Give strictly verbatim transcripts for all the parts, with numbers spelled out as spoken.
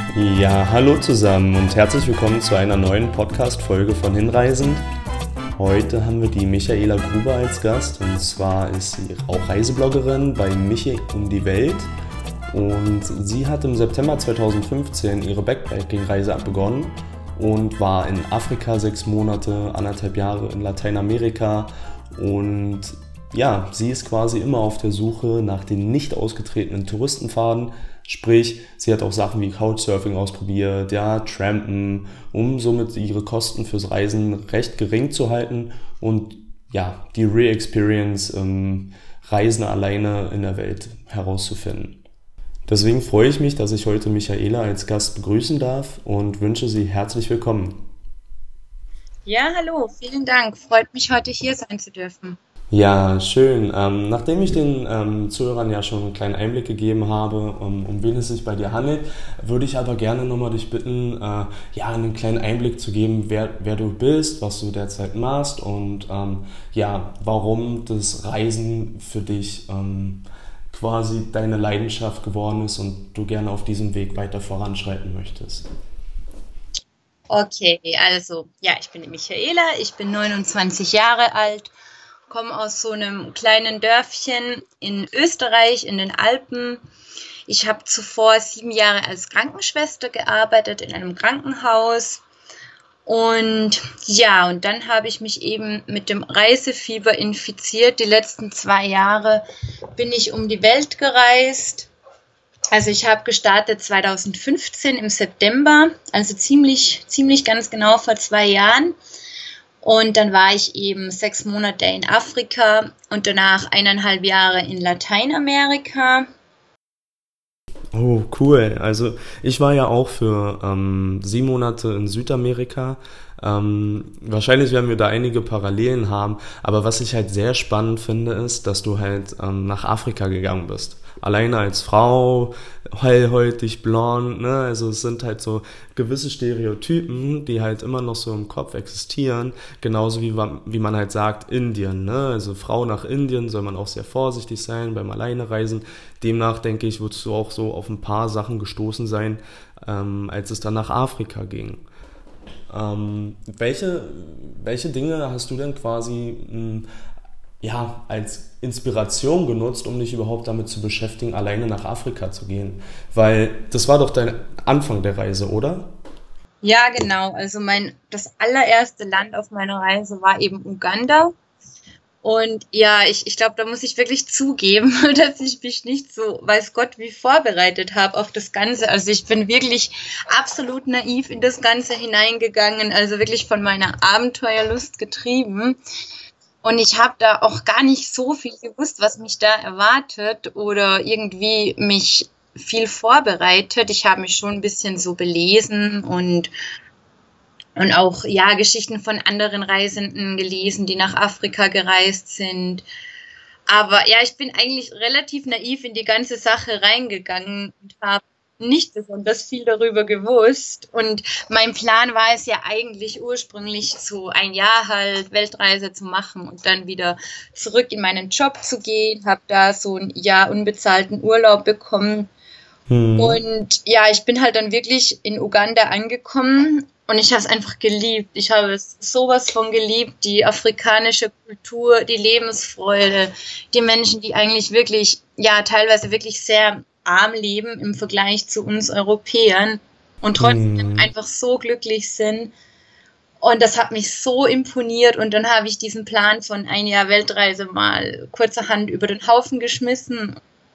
Ja, hallo zusammen und herzlich willkommen zu einer neuen Podcast-Folge von Hinreisend. Heute haben wir die Michaela Gruber als Gast, und zwar ist sie auch Reisebloggerin bei Michi um die Welt, und sie hat im September zweitausendfünfzehn ihre Backpacking-Reise begonnen und war in Afrika sechs Monate, anderthalb Jahre in Lateinamerika, und ja, sie ist quasi immer auf der Suche nach den nicht ausgetretenen Touristenpfaden. Sprich, sie hat auch Sachen wie Couchsurfing ausprobiert, ja, Trampen, um somit ihre Kosten fürs Reisen recht gering zu halten und ja, die Real Experience, ähm, Reisen alleine in der Welt herauszufinden. Deswegen freue ich mich, dass ich heute Michaela als Gast begrüßen darf und wünsche sie herzlich willkommen. Ja, hallo, vielen Dank. Freut mich, heute hier sein zu dürfen. Ja, schön. Ähm, nachdem ich den ähm, Zuhörern ja schon einen kleinen Einblick gegeben habe, um, um wen es sich bei dir handelt, würde ich aber gerne nochmal dich bitten, äh, ja, einen kleinen Einblick zu geben, wer, wer du bist, was du derzeit machst und ähm, ja, warum das Reisen für dich ähm, quasi deine Leidenschaft geworden ist und du gerne auf diesem Weg weiter voranschreiten möchtest. Okay, also, ja, ich bin die Michaela, ich bin neunundzwanzig Jahre alt, komme aus so einem kleinen Dörfchen in Österreich, in den Alpen. Ich habe zuvor sieben Jahre als Krankenschwester gearbeitet in einem Krankenhaus. Und ja, und dann habe ich mich eben mit dem Reisefieber infiziert. Die letzten zwei Jahre bin ich um die Welt gereist. Also ich habe gestartet zweitausendfünfzehn im September, also ziemlich, ziemlich ganz genau vor zwei Jahren. Und dann war ich eben sechs Monate in Afrika und danach eineinhalb Jahre in Lateinamerika. Oh, cool. Also ich war ja auch für ähm, sieben Monate in Südamerika. Ähm, wahrscheinlich werden wir da einige Parallelen haben, aber was ich halt sehr spannend finde, ist, dass du halt ähm, nach Afrika gegangen bist. Alleine als Frau, hellhäutig, blond, ne? Also es sind halt so gewisse Stereotypen, die halt immer noch so im Kopf existieren, genauso wie man, wie man halt sagt, Indien, ne? Also Frau nach Indien soll man auch sehr vorsichtig sein beim Alleinereisen. Demnach denke ich, würdest du auch so auf ein paar Sachen gestoßen sein, ähm, als es dann nach Afrika ging. Ähm, welche, welche Dinge hast du denn quasi mh, ja, als Inspiration genutzt, um dich überhaupt damit zu beschäftigen, alleine nach Afrika zu gehen? Weil das war doch dein Anfang der Reise, oder? Ja, genau. Also mein, das allererste Land auf meiner Reise war eben Uganda. Und ja, ich, ich glaube, da muss ich wirklich zugeben, dass ich mich nicht so, weiß Gott, wie vorbereitet habe auf das Ganze. Also ich bin wirklich absolut naiv in das Ganze hineingegangen, also wirklich von meiner Abenteuerlust getrieben. Und ich habe da auch gar nicht so viel gewusst, was mich da erwartet oder irgendwie mich viel vorbereitet. Ich habe mich schon ein bisschen so belesen und und auch, ja, Geschichten von anderen Reisenden gelesen, die nach Afrika gereist sind. Aber ja, ich bin eigentlich relativ naiv in die ganze Sache reingegangen und habe nicht besonders viel darüber gewusst. Und mein Plan war es ja eigentlich ursprünglich so ein Jahr halt Weltreise zu machen und dann wieder zurück in meinen Job zu gehen. Habe da so ein Jahr unbezahlten Urlaub bekommen Hm. und ja, ich bin halt dann wirklich in Uganda angekommen und ich habe es einfach geliebt. Ich habe es sowas von geliebt, die afrikanische Kultur, die Lebensfreude, die Menschen, die eigentlich wirklich, ja, teilweise wirklich sehr arm leben im Vergleich zu uns Europäern und trotzdem Hm. einfach so glücklich sind. Und das hat mich so imponiert und dann habe ich diesen Plan von ein Jahr Weltreise mal kurzerhand über den Haufen geschmissen.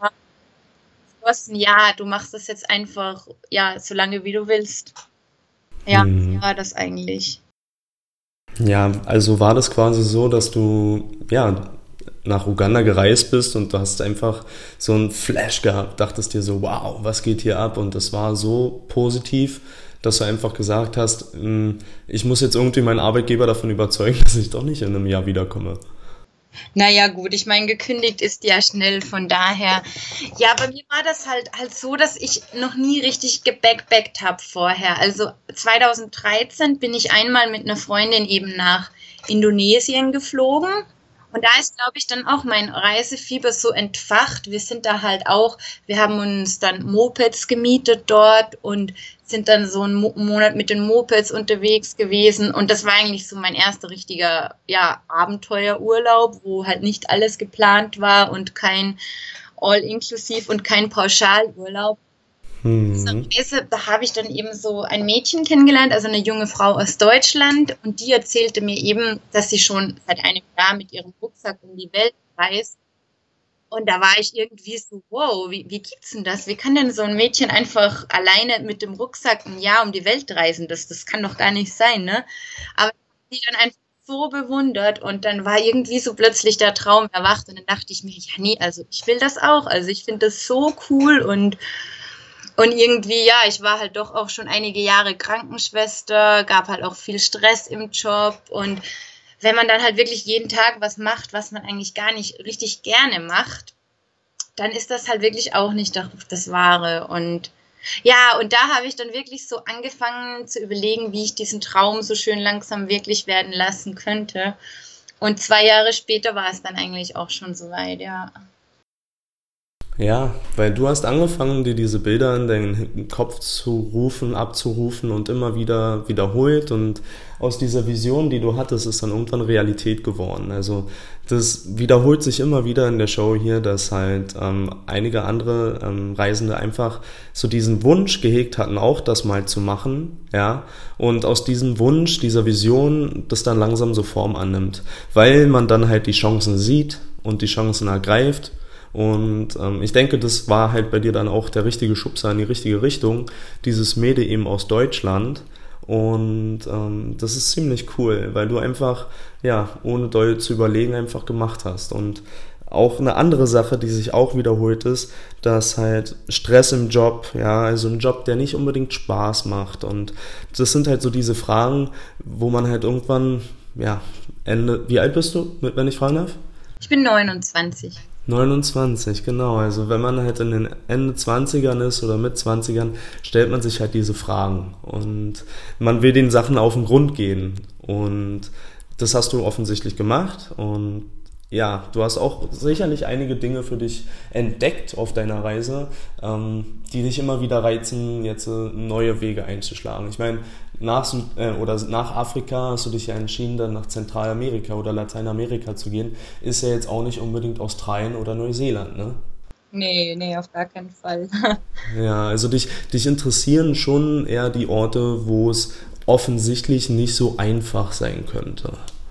Ja, du machst das jetzt einfach, ja, so lange wie du willst. Ja, so Hm. war das eigentlich. Ja, also war das quasi so, dass du ja nach Uganda gereist bist und du hast einfach so einen Flash gehabt, dachtest dir so, wow, was geht hier ab? Und das war so positiv, dass du einfach gesagt hast, "Hm, ich muss jetzt irgendwie meinen Arbeitgeber davon überzeugen, dass ich doch nicht in einem Jahr wiederkomme." Naja, gut, ich meine, gekündigt ist ja schnell, von daher. Ja, bei mir war das halt halt so, dass ich noch nie richtig gebackpackt habe vorher. Also zweitausenddreizehn bin ich einmal mit einer Freundin eben nach Indonesien geflogen Und da ist, glaube ich, dann auch mein Reisefieber so entfacht. Wir sind da halt auch, wir haben uns dann Mopeds gemietet dort und sind dann so einen Mo Monat mit den Mopeds unterwegs gewesen. Und das war eigentlich so mein erster richtiger, ja, Abenteuerurlaub, wo halt nicht alles geplant war und kein All-Inclusive und kein Pauschalurlaub. Dieser Hm. Reise, da habe ich dann eben so ein Mädchen kennengelernt, also eine junge Frau aus Deutschland, und die erzählte mir eben, dass sie schon seit einem Jahr mit ihrem Rucksack um die Welt reist. Und da war ich irgendwie so, wow, wie, wie gibt's denn das? Wie kann denn so ein Mädchen einfach alleine mit dem Rucksack ein Jahr um die Welt reisen? Das, das kann doch gar nicht sein, ne? Aber ich habe die dann einfach so bewundert und dann war irgendwie so plötzlich der Traum erwacht und dann dachte ich mir, ja, nee, also ich will das auch. Also ich finde das so cool und und irgendwie, ja, ich war halt doch auch schon einige Jahre Krankenschwester, gab halt auch viel Stress im Job. Und wenn man dann halt wirklich jeden Tag was macht, was man eigentlich gar nicht richtig gerne macht, dann ist das halt wirklich auch nicht das Wahre. Und ja, und da habe ich dann wirklich so angefangen zu überlegen, wie ich diesen Traum so schön langsam wirklich werden lassen könnte. Und zwei Jahre später war es dann eigentlich auch schon soweit, ja. Ja, weil du hast angefangen, dir diese Bilder in deinen Kopf zu rufen, abzurufen und immer wieder wiederholt und aus dieser Vision, die du hattest, ist dann irgendwann Realität geworden. Also das wiederholt sich immer wieder in der Show hier, dass halt ähm, einige andere ähm, Reisende einfach so diesen Wunsch gehegt hatten, auch das mal zu machen, ja, und aus diesem Wunsch, dieser Vision, das dann langsam so Form annimmt, weil man dann halt die Chancen sieht und die Chancen ergreift. Und ähm, ich denke, das war halt bei dir dann auch der richtige Schubser in die richtige Richtung, dieses Mädel eben aus Deutschland. Und ähm, das ist ziemlich cool, weil du einfach, ja, ohne doll zu überlegen, einfach gemacht hast. Und auch eine andere Sache, die sich auch wiederholt ist, dass halt Stress im Job, ja, also ein Job, der nicht unbedingt Spaß macht. Und das sind halt so diese Fragen, wo man halt irgendwann, ja, Ende, wie alt bist du, wenn ich fragen darf? Ich bin neunundzwanzig. neunundzwanzig, genau. Also wenn man halt in den Ende Zwanzigern ist oder mit Zwanzigern, stellt man sich halt diese Fragen und man will den Sachen auf den Grund gehen und das hast du offensichtlich gemacht und ja, du hast auch sicherlich einige Dinge für dich entdeckt auf deiner Reise, ähm, die dich immer wieder reizen, jetzt äh, neue Wege einzuschlagen. Ich meine, nach, Süd äh, oder nach Afrika hast du dich ja entschieden, dann nach Zentralamerika oder Lateinamerika zu gehen. Ist ja jetzt auch nicht unbedingt Australien oder Neuseeland, ne? Nee, nee, auf gar keinen Fall. Ja, also dich, dich interessieren schon eher die Orte, wo es offensichtlich nicht so einfach sein könnte.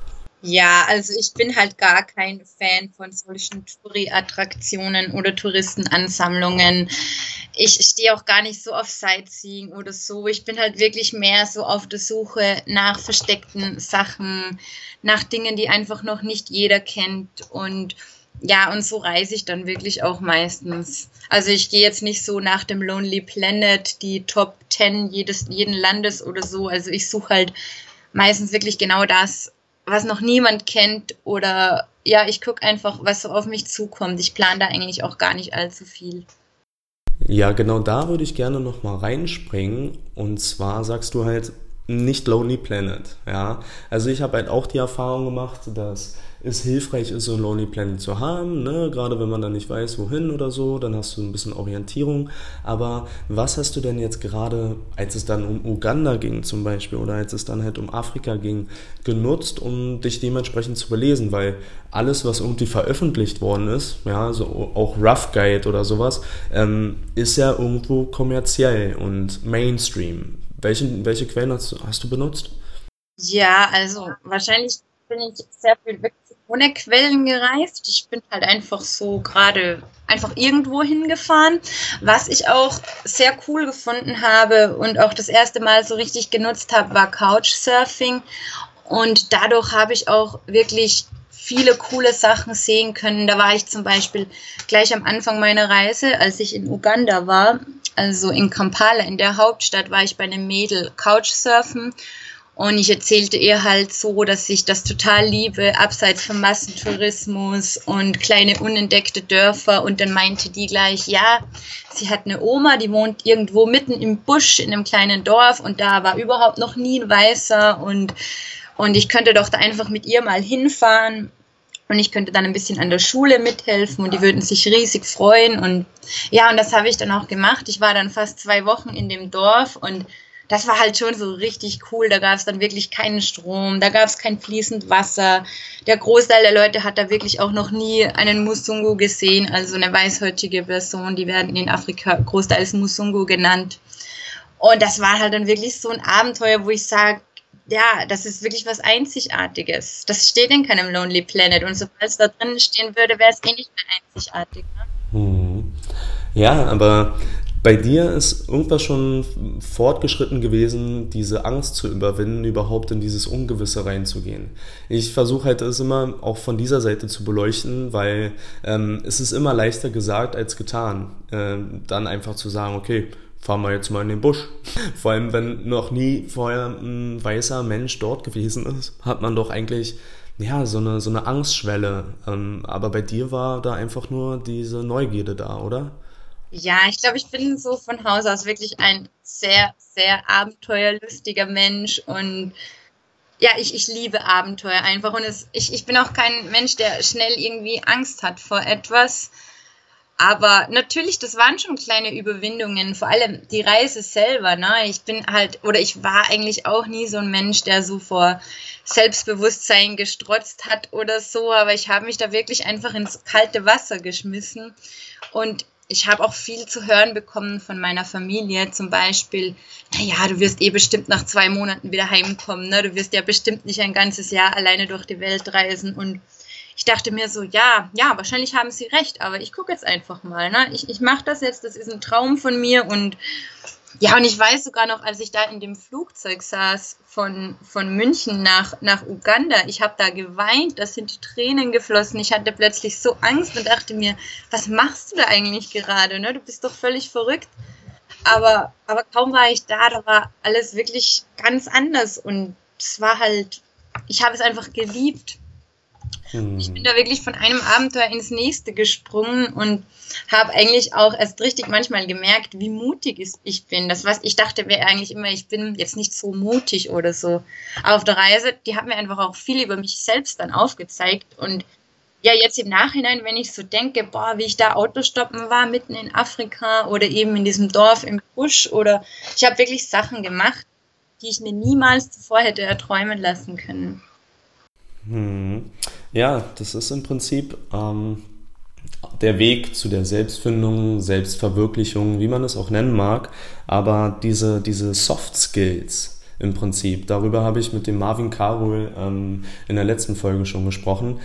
Ja, also ich bin halt gar kein Fan von solchen Touri-Attraktionen oder Touristenansammlungen. Ich stehe auch gar nicht so auf Sightseeing oder so. Ich bin halt wirklich mehr so auf der Suche nach versteckten Sachen, nach Dingen, die einfach noch nicht jeder kennt. Und ja, und so reise ich dann wirklich auch meistens. Also ich gehe jetzt nicht so nach dem Lonely Planet, die Top Ten jedes, jeden Landes oder so. Also ich suche halt meistens wirklich genau das, was noch niemand kennt oder ja, ich gucke einfach, was so auf mich zukommt. Ich plane da eigentlich auch gar nicht allzu viel. Ja, genau da würde ich gerne noch mal reinspringen. Und zwar sagst du halt nicht Lonely Planet, ja. Also ich habe halt auch die Erfahrung gemacht, dass es hilfreich ist, so ein Lonely Planet zu haben, ne? Gerade wenn man dann nicht weiß, wohin oder so, dann hast du ein bisschen Orientierung. Aber was hast du denn jetzt gerade, als es dann um Uganda ging zum Beispiel oder als es dann halt um Afrika ging, genutzt, um dich dementsprechend zu belesen? Weil alles, was irgendwie veröffentlicht worden ist, ja, so auch Rough Guide oder sowas, ähm, ist ja irgendwo kommerziell und Mainstream. Welchen, welche Quellen hast du, hast du benutzt? Ja, also wahrscheinlich bin ich sehr viel wirklich ohne Quellen gereist. Ich bin halt einfach so gerade einfach irgendwo hingefahren. Was ich auch sehr cool gefunden habe und auch das erste Mal so richtig genutzt habe, war Couchsurfing. Und dadurch habe ich auch wirklich viele coole Sachen sehen können. Da war ich zum Beispiel gleich am Anfang meiner Reise, als ich in Uganda war, also in Kampala, in der Hauptstadt, war ich bei einem Mädel Couchsurfen. Und ich erzählte ihr halt so, dass ich das total liebe, abseits vom Massentourismus und kleine unentdeckte Dörfer. Und dann meinte die gleich, ja, sie hat eine Oma, die wohnt irgendwo mitten im Busch in einem kleinen Dorf und da war überhaupt noch nie ein Weißer und, und ich könnte doch da einfach mit ihr mal hinfahren. und ich könnte dann ein bisschen an der Schule mithelfen und die würden sich riesig freuen. Und ja, und das habe ich dann auch gemacht. Ich war dann fast zwei Wochen in dem Dorf und das war halt schon so richtig cool. Da gab es dann wirklich keinen Strom, da gab es kein fließend Wasser. Der Großteil der Leute hat da wirklich auch noch nie einen Musungu gesehen, also eine weißhäutige Person. Die werden in Afrika großteils Musungu genannt. Und das war halt dann wirklich so ein Abenteuer, wo ich sage, ja, das ist wirklich was Einzigartiges. Das steht in keinem Lonely Planet. Und sobald es da drin stehen würde, wäre es eh nicht mehr einzigartig. Ne? Mhm. Ja, aber bei dir ist irgendwas schon fortgeschritten gewesen, diese Angst zu überwinden, überhaupt in dieses Ungewisse reinzugehen. Ich versuche halt es immer auch von dieser Seite zu beleuchten, weil ähm, es ist immer leichter gesagt als getan, ähm, dann einfach zu sagen, okay, fahren wir jetzt mal in den Busch. Vor allem, wenn noch nie vorher ein weißer Mensch dort gewesen ist, hat man doch eigentlich ja so eine, so eine Angstschwelle. Ähm, aber bei dir war da einfach nur diese Neugierde da, oder? Ja, ich glaube, ich bin so von Haus aus wirklich ein sehr, sehr abenteuerlustiger Mensch und ja, ich, ich liebe Abenteuer einfach und es, ich, ich bin auch kein Mensch, der schnell irgendwie Angst hat vor etwas. Aber natürlich, das waren schon kleine Überwindungen, vor allem die Reise selber, ne? Ich bin halt, oder ich war eigentlich auch nie so ein Mensch, der so vor Selbstbewusstsein gestrotzt hat oder so, aber ich habe mich da wirklich einfach ins kalte Wasser geschmissen und ich habe auch viel zu hören bekommen von meiner Familie, zum Beispiel, naja, du wirst eh bestimmt nach zwei Monaten wieder heimkommen, ne? Du wirst ja bestimmt nicht ein ganzes Jahr alleine durch die Welt reisen und ich dachte mir so, ja, ja, wahrscheinlich haben sie recht, aber ich gucke jetzt einfach mal, ne? Ich, ich mache das jetzt, das ist ein Traum von mir und ja, und ich weiß sogar noch, als ich da in dem Flugzeug saß von, von München nach, nach Uganda, ich habe da geweint, da sind die Tränen geflossen, ich hatte plötzlich so Angst und dachte mir, was machst du da eigentlich gerade, ne? Du bist doch völlig verrückt. Aber, aber kaum war ich da, da war alles wirklich ganz anders und es war halt, ich habe es einfach geliebt. Ich bin Hm. da wirklich von einem Abenteuer ins nächste gesprungen und habe eigentlich auch erst richtig manchmal gemerkt, wie mutig ist- ich bin. Das, was ich dachte, wäre eigentlich immer, ich bin jetzt nicht so mutig oder so. Aber auf der Reise, die hat mir einfach auch viel über mich selbst dann aufgezeigt. Und ja, jetzt im Nachhinein, wenn ich so denke, boah, wie ich da Autostoppen war, mitten in Afrika oder eben in diesem Dorf im Busch oder ich habe wirklich Sachen gemacht, die ich mir niemals zuvor hätte erträumen lassen können. Hm. Ja, das ist im Prinzip ähm, der Weg zu der Selbstfindung, Selbstverwirklichung, wie man es auch nennen mag. Aber diese, diese Soft Skills im Prinzip, darüber habe ich mit dem Marvin Carol ähm, in der letzten Folge schon gesprochen.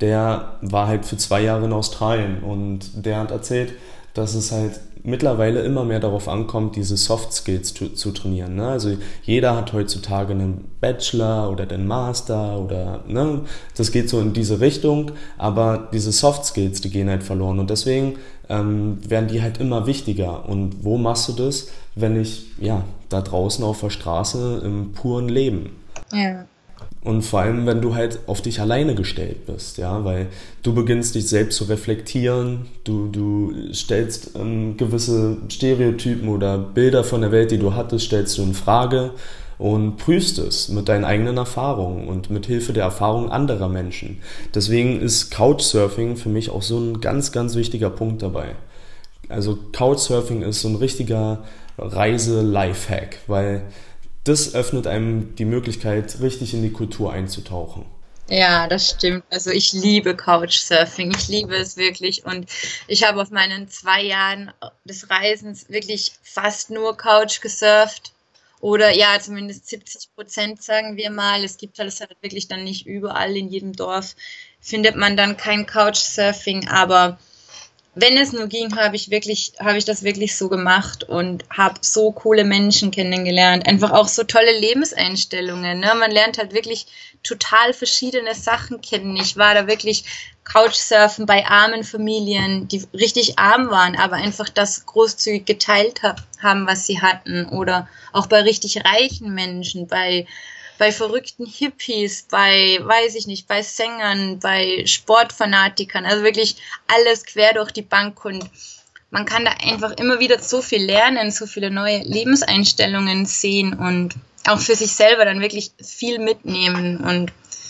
Der war halt für zwei Jahre in Australien und der hat erzählt, dass es halt mittlerweile immer mehr darauf ankommt, diese Soft Skills zu, zu trainieren. Ne? Also jeder hat heutzutage einen Bachelor oder den Master oder ne, das geht so in diese Richtung, aber diese Soft Skills, die gehen halt verloren und deswegen ähm, werden die halt immer wichtiger. Und wo machst du das, wenn ich ja da draußen auf der Straße im puren Leben? Ja. Und vor allem, wenn du halt auf dich alleine gestellt bist, ja, weil du beginnst dich selbst zu reflektieren, du, du stellst ähm, gewisse Stereotypen oder Bilder von der Welt, die du hattest, stellst du in Frage und prüfst es mit deinen eigenen Erfahrungen und mit Hilfe der Erfahrungen anderer Menschen. Deswegen ist Couchsurfing für mich auch so ein ganz, ganz wichtiger Punkt dabei. Also Couchsurfing ist so ein richtiger Reise-Lifehack, weil das öffnet einem die Möglichkeit, richtig in die Kultur einzutauchen. Ja, das stimmt. Also ich liebe Couchsurfing. Ich liebe es wirklich. Und ich habe auf meinen zwei Jahren des Reisens wirklich fast nur Couch gesurft. Oder ja, zumindest siebzig Prozent, sagen wir mal. Es gibt halt, es halt wirklich dann nicht überall in jedem Dorf findet man dann kein Couchsurfing. Aber wenn es nur ging, habe ich wirklich, habe ich das wirklich so gemacht und habe so coole Menschen kennengelernt. Einfach auch so tolle Lebenseinstellungen. Ne? Man lernt halt wirklich total verschiedene Sachen kennen. Ich war da wirklich Couchsurfen bei armen Familien, die richtig arm waren, aber einfach das großzügig geteilt hab, haben, was sie hatten. Oder auch bei richtig reichen Menschen, bei bei verrückten Hippies, bei, weiß ich nicht, bei Sängern, bei Sportfanatikern, also wirklich alles quer durch die Bank und man kann da einfach immer wieder so viel lernen, so viele neue Lebenseinstellungen sehen und auch für sich selber dann wirklich viel mitnehmen und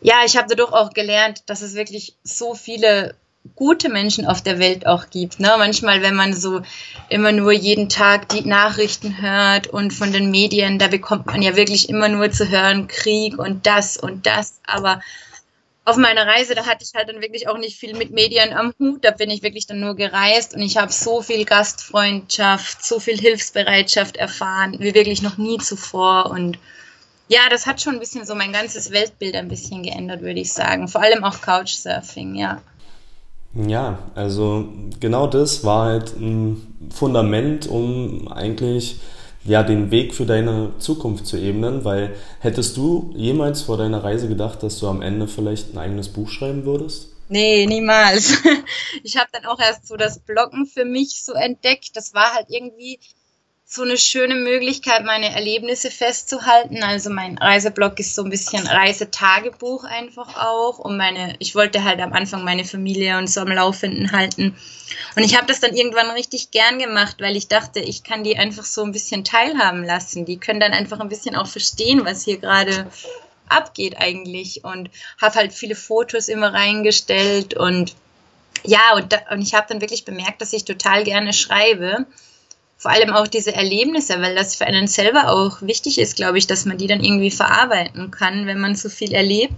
Ja, ich habe dadurch auch gelernt, dass es wirklich so viele gute Menschen auf der Welt auch gibt. Ne? Manchmal, wenn man so immer nur jeden Tag die Nachrichten hört und von den Medien, da bekommt man ja wirklich immer nur zu hören, Krieg und das und das. Aber auf meiner Reise, da hatte ich halt dann wirklich auch nicht viel mit Medien am Hut. Da bin ich wirklich dann nur gereist und ich habe so viel Gastfreundschaft, so viel Hilfsbereitschaft erfahren, wie wirklich noch nie zuvor. Und ja, das hat schon ein bisschen so mein ganzes Weltbild ein bisschen geändert, würde ich sagen. Vor allem auch Couchsurfing, ja. Ja, also genau das war halt ein Fundament, um eigentlich ja den Weg für deine Zukunft zu ebnen, weil hättest du jemals vor deiner Reise gedacht, dass du am Ende vielleicht ein eigenes Buch schreiben würdest? Nee, niemals. Ich habe dann auch erst so das Bloggen für mich so entdeckt. Das war halt irgendwie so eine schöne Möglichkeit, meine Erlebnisse festzuhalten. Also mein Reiseblog ist so ein bisschen Reisetagebuch einfach auch. Und meine, ich wollte halt am Anfang meine Familie und so am Laufenden halten. Und ich habe das dann irgendwann richtig gern gemacht, weil ich dachte, ich kann die einfach so ein bisschen teilhaben lassen. Die können dann einfach ein bisschen auch verstehen, was hier gerade abgeht eigentlich. Und habe halt viele Fotos immer reingestellt. Und ja, und, da, und ich habe dann wirklich bemerkt, dass ich total gerne schreibe. Vor allem auch diese Erlebnisse, weil das für einen selber auch wichtig ist, glaube ich, dass man die dann irgendwie verarbeiten kann, wenn man so viel erlebt.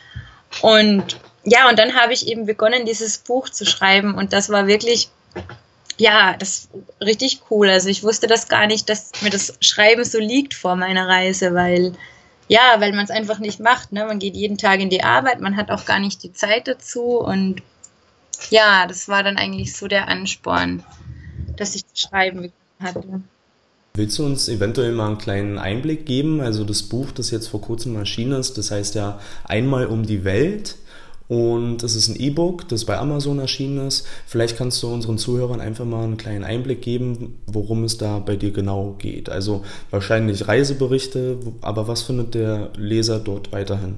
Und ja, und dann habe ich eben begonnen, dieses Buch zu schreiben und das war wirklich, ja, das richtig cool. Also ich wusste das gar nicht, dass mir das Schreiben so liegt vor meiner Reise, weil, ja, weil man es einfach nicht macht, ne? Man geht jeden Tag in die Arbeit, man hat auch gar nicht die Zeit dazu und ja, das war dann eigentlich so der Ansporn, dass ich das Schreiben begonnen hatte. Willst du uns eventuell mal einen kleinen Einblick geben? Also das Buch, das jetzt vor kurzem erschienen ist, das heißt ja Einmal um die Welt und es ist ein E-Book, das bei Amazon erschienen ist. Vielleicht kannst du unseren Zuhörern einfach mal einen kleinen Einblick geben, worum es da bei dir genau geht. Also wahrscheinlich Reiseberichte, aber was findet der Leser dort weiterhin?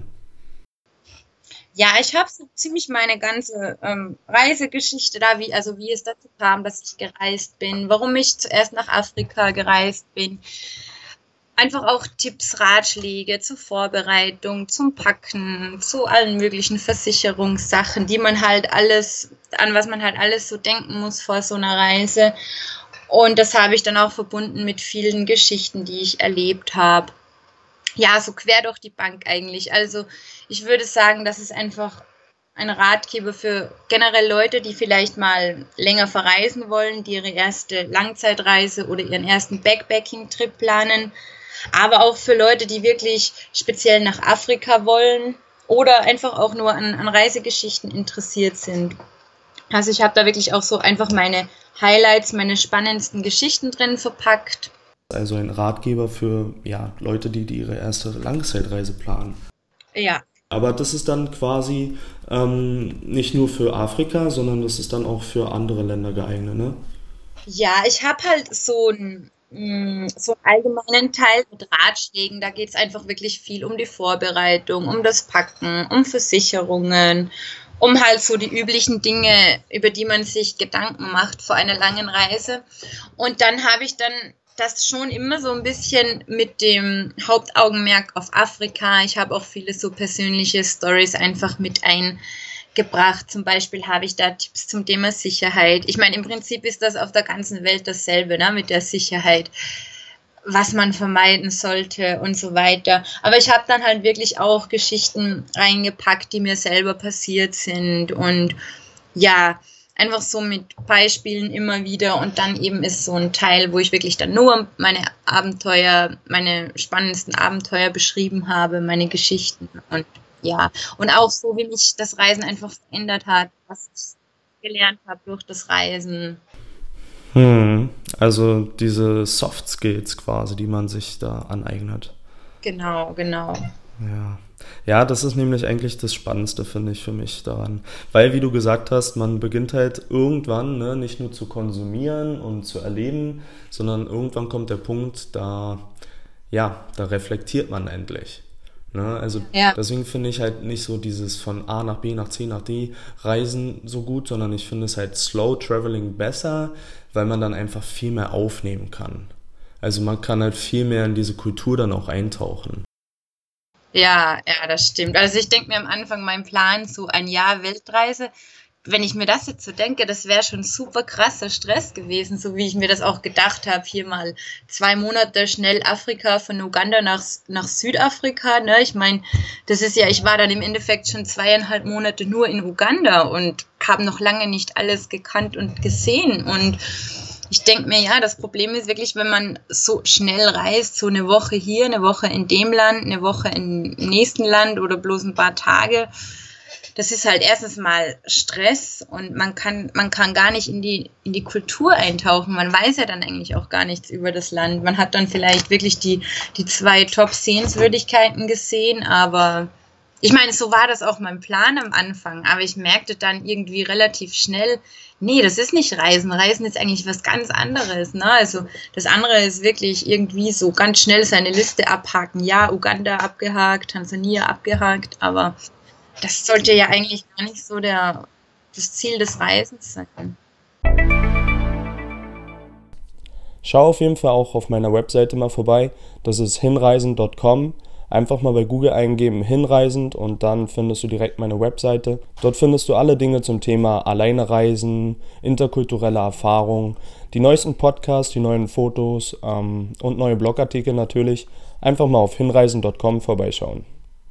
Ja, ich habe so ziemlich meine ganze ähm, Reisegeschichte da, wie, also wie es dazu kam, dass ich gereist bin, warum ich zuerst nach Afrika gereist bin. Einfach auch Tipps, Ratschläge zur Vorbereitung, zum Packen, zu allen möglichen Versicherungssachen, die man halt alles, an was man halt alles so denken muss vor so einer Reise. Und das habe ich dann auch verbunden mit vielen Geschichten, die ich erlebt habe. Ja, so quer durch die Bank eigentlich. Also ich würde sagen, das ist einfach ein Ratgeber für generell Leute, die vielleicht mal länger verreisen wollen, die ihre erste Langzeitreise oder ihren ersten Backpacking-Trip planen, aber auch für Leute, die wirklich speziell nach Afrika wollen oder einfach auch nur an, an Reisegeschichten interessiert sind. Also ich habe da wirklich auch so einfach meine Highlights, meine spannendsten Geschichten drin verpackt. Also ein Ratgeber für ja, Leute, die, die ihre erste Langzeitreise planen. Ja, Aber das ist dann quasi ähm, nicht nur für Afrika, sondern das ist dann auch für andere Länder geeignet, ne? ja, ich habe halt so einen, mm, so einen allgemeinen Teil mit Ratschlägen. Da geht es einfach wirklich viel um die Vorbereitung, um das Packen, um Versicherungen, um halt so die üblichen Dinge, über die man sich Gedanken macht vor einer langen Reise. Und dann habe ich dann das schon immer so ein bisschen mit dem Hauptaugenmerk auf Afrika. Ich habe auch viele so persönliche Stories einfach mit eingebracht. Zum Beispiel habe ich da Tipps zum Thema Sicherheit. Ich meine, im Prinzip ist das auf der ganzen Welt dasselbe, ne, mit der Sicherheit, was man vermeiden sollte und so weiter. Aber ich habe dann halt wirklich auch Geschichten reingepackt, die mir selber passiert sind und ja, einfach so mit Beispielen immer wieder und dann eben ist so ein Teil, wo ich wirklich dann nur meine Abenteuer, meine spannendsten Abenteuer beschrieben habe, meine Geschichten und ja, und auch so, wie mich das Reisen einfach verändert hat, was ich gelernt habe durch das Reisen. Hm. Also diese Soft Skills quasi, die man sich da aneignet. Genau, genau. Ja. Ja, das ist nämlich eigentlich das Spannendste, finde ich, für mich daran. Weil, wie du gesagt hast, man beginnt halt irgendwann, ne, nicht nur zu konsumieren und zu erleben, sondern irgendwann kommt der Punkt, da, ja, da reflektiert man endlich. Ne? Also Ja. deswegen finde ich halt nicht so dieses von A nach B nach C nach D Reisen so gut, sondern ich finde es halt Slow Traveling besser, weil man dann einfach viel mehr aufnehmen kann. Also man kann halt viel mehr in diese Kultur dann auch eintauchen. Ja, ja, das stimmt. Also ich denke mir am Anfang, mein Plan, so ein Jahr Weltreise, wenn ich mir das jetzt so denke, das wäre schon super krasser Stress gewesen, so wie ich mir das auch gedacht habe. Hier mal zwei Monate schnell Afrika von Uganda nach, nach Südafrika. Ne? Ich meine, das ist ja, ich war dann im Endeffekt schon zweieinhalb Monate nur in Uganda und habe noch lange nicht alles gekannt und gesehen. Und ich denke mir, ja, das Problem ist wirklich, wenn man so schnell reist, so eine Woche hier, eine Woche in dem Land, eine Woche im nächsten Land oder bloß ein paar Tage, das ist halt erstens mal Stress und man kann, man kann gar nicht in die, in die Kultur eintauchen. Man weiß ja dann eigentlich auch gar nichts über das Land. Man hat dann vielleicht wirklich die, die zwei Top-Sehenswürdigkeiten gesehen, aber ich meine, so war das auch mein Plan am Anfang, aber ich merkte dann irgendwie relativ schnell, nee, das ist nicht Reisen. Reisen ist eigentlich was ganz anderes, ne? Also das andere ist wirklich irgendwie so ganz schnell seine Liste abhaken. Ja, Uganda abgehakt, Tansania abgehakt, aber das sollte ja eigentlich gar nicht so der, das Ziel des Reisens sein. Schau auf jeden Fall auch auf meiner Webseite mal vorbei. Das ist hinreisend Punkt com. Einfach mal bei Google eingeben, hinreisend, und dann findest du direkt meine Webseite. Dort findest du alle Dinge zum Thema alleine reisen, interkulturelle Erfahrung, die neuesten Podcasts, die neuen Fotos ähm, und neue Blogartikel natürlich. Einfach mal auf hinreisend Punkt com vorbeischauen.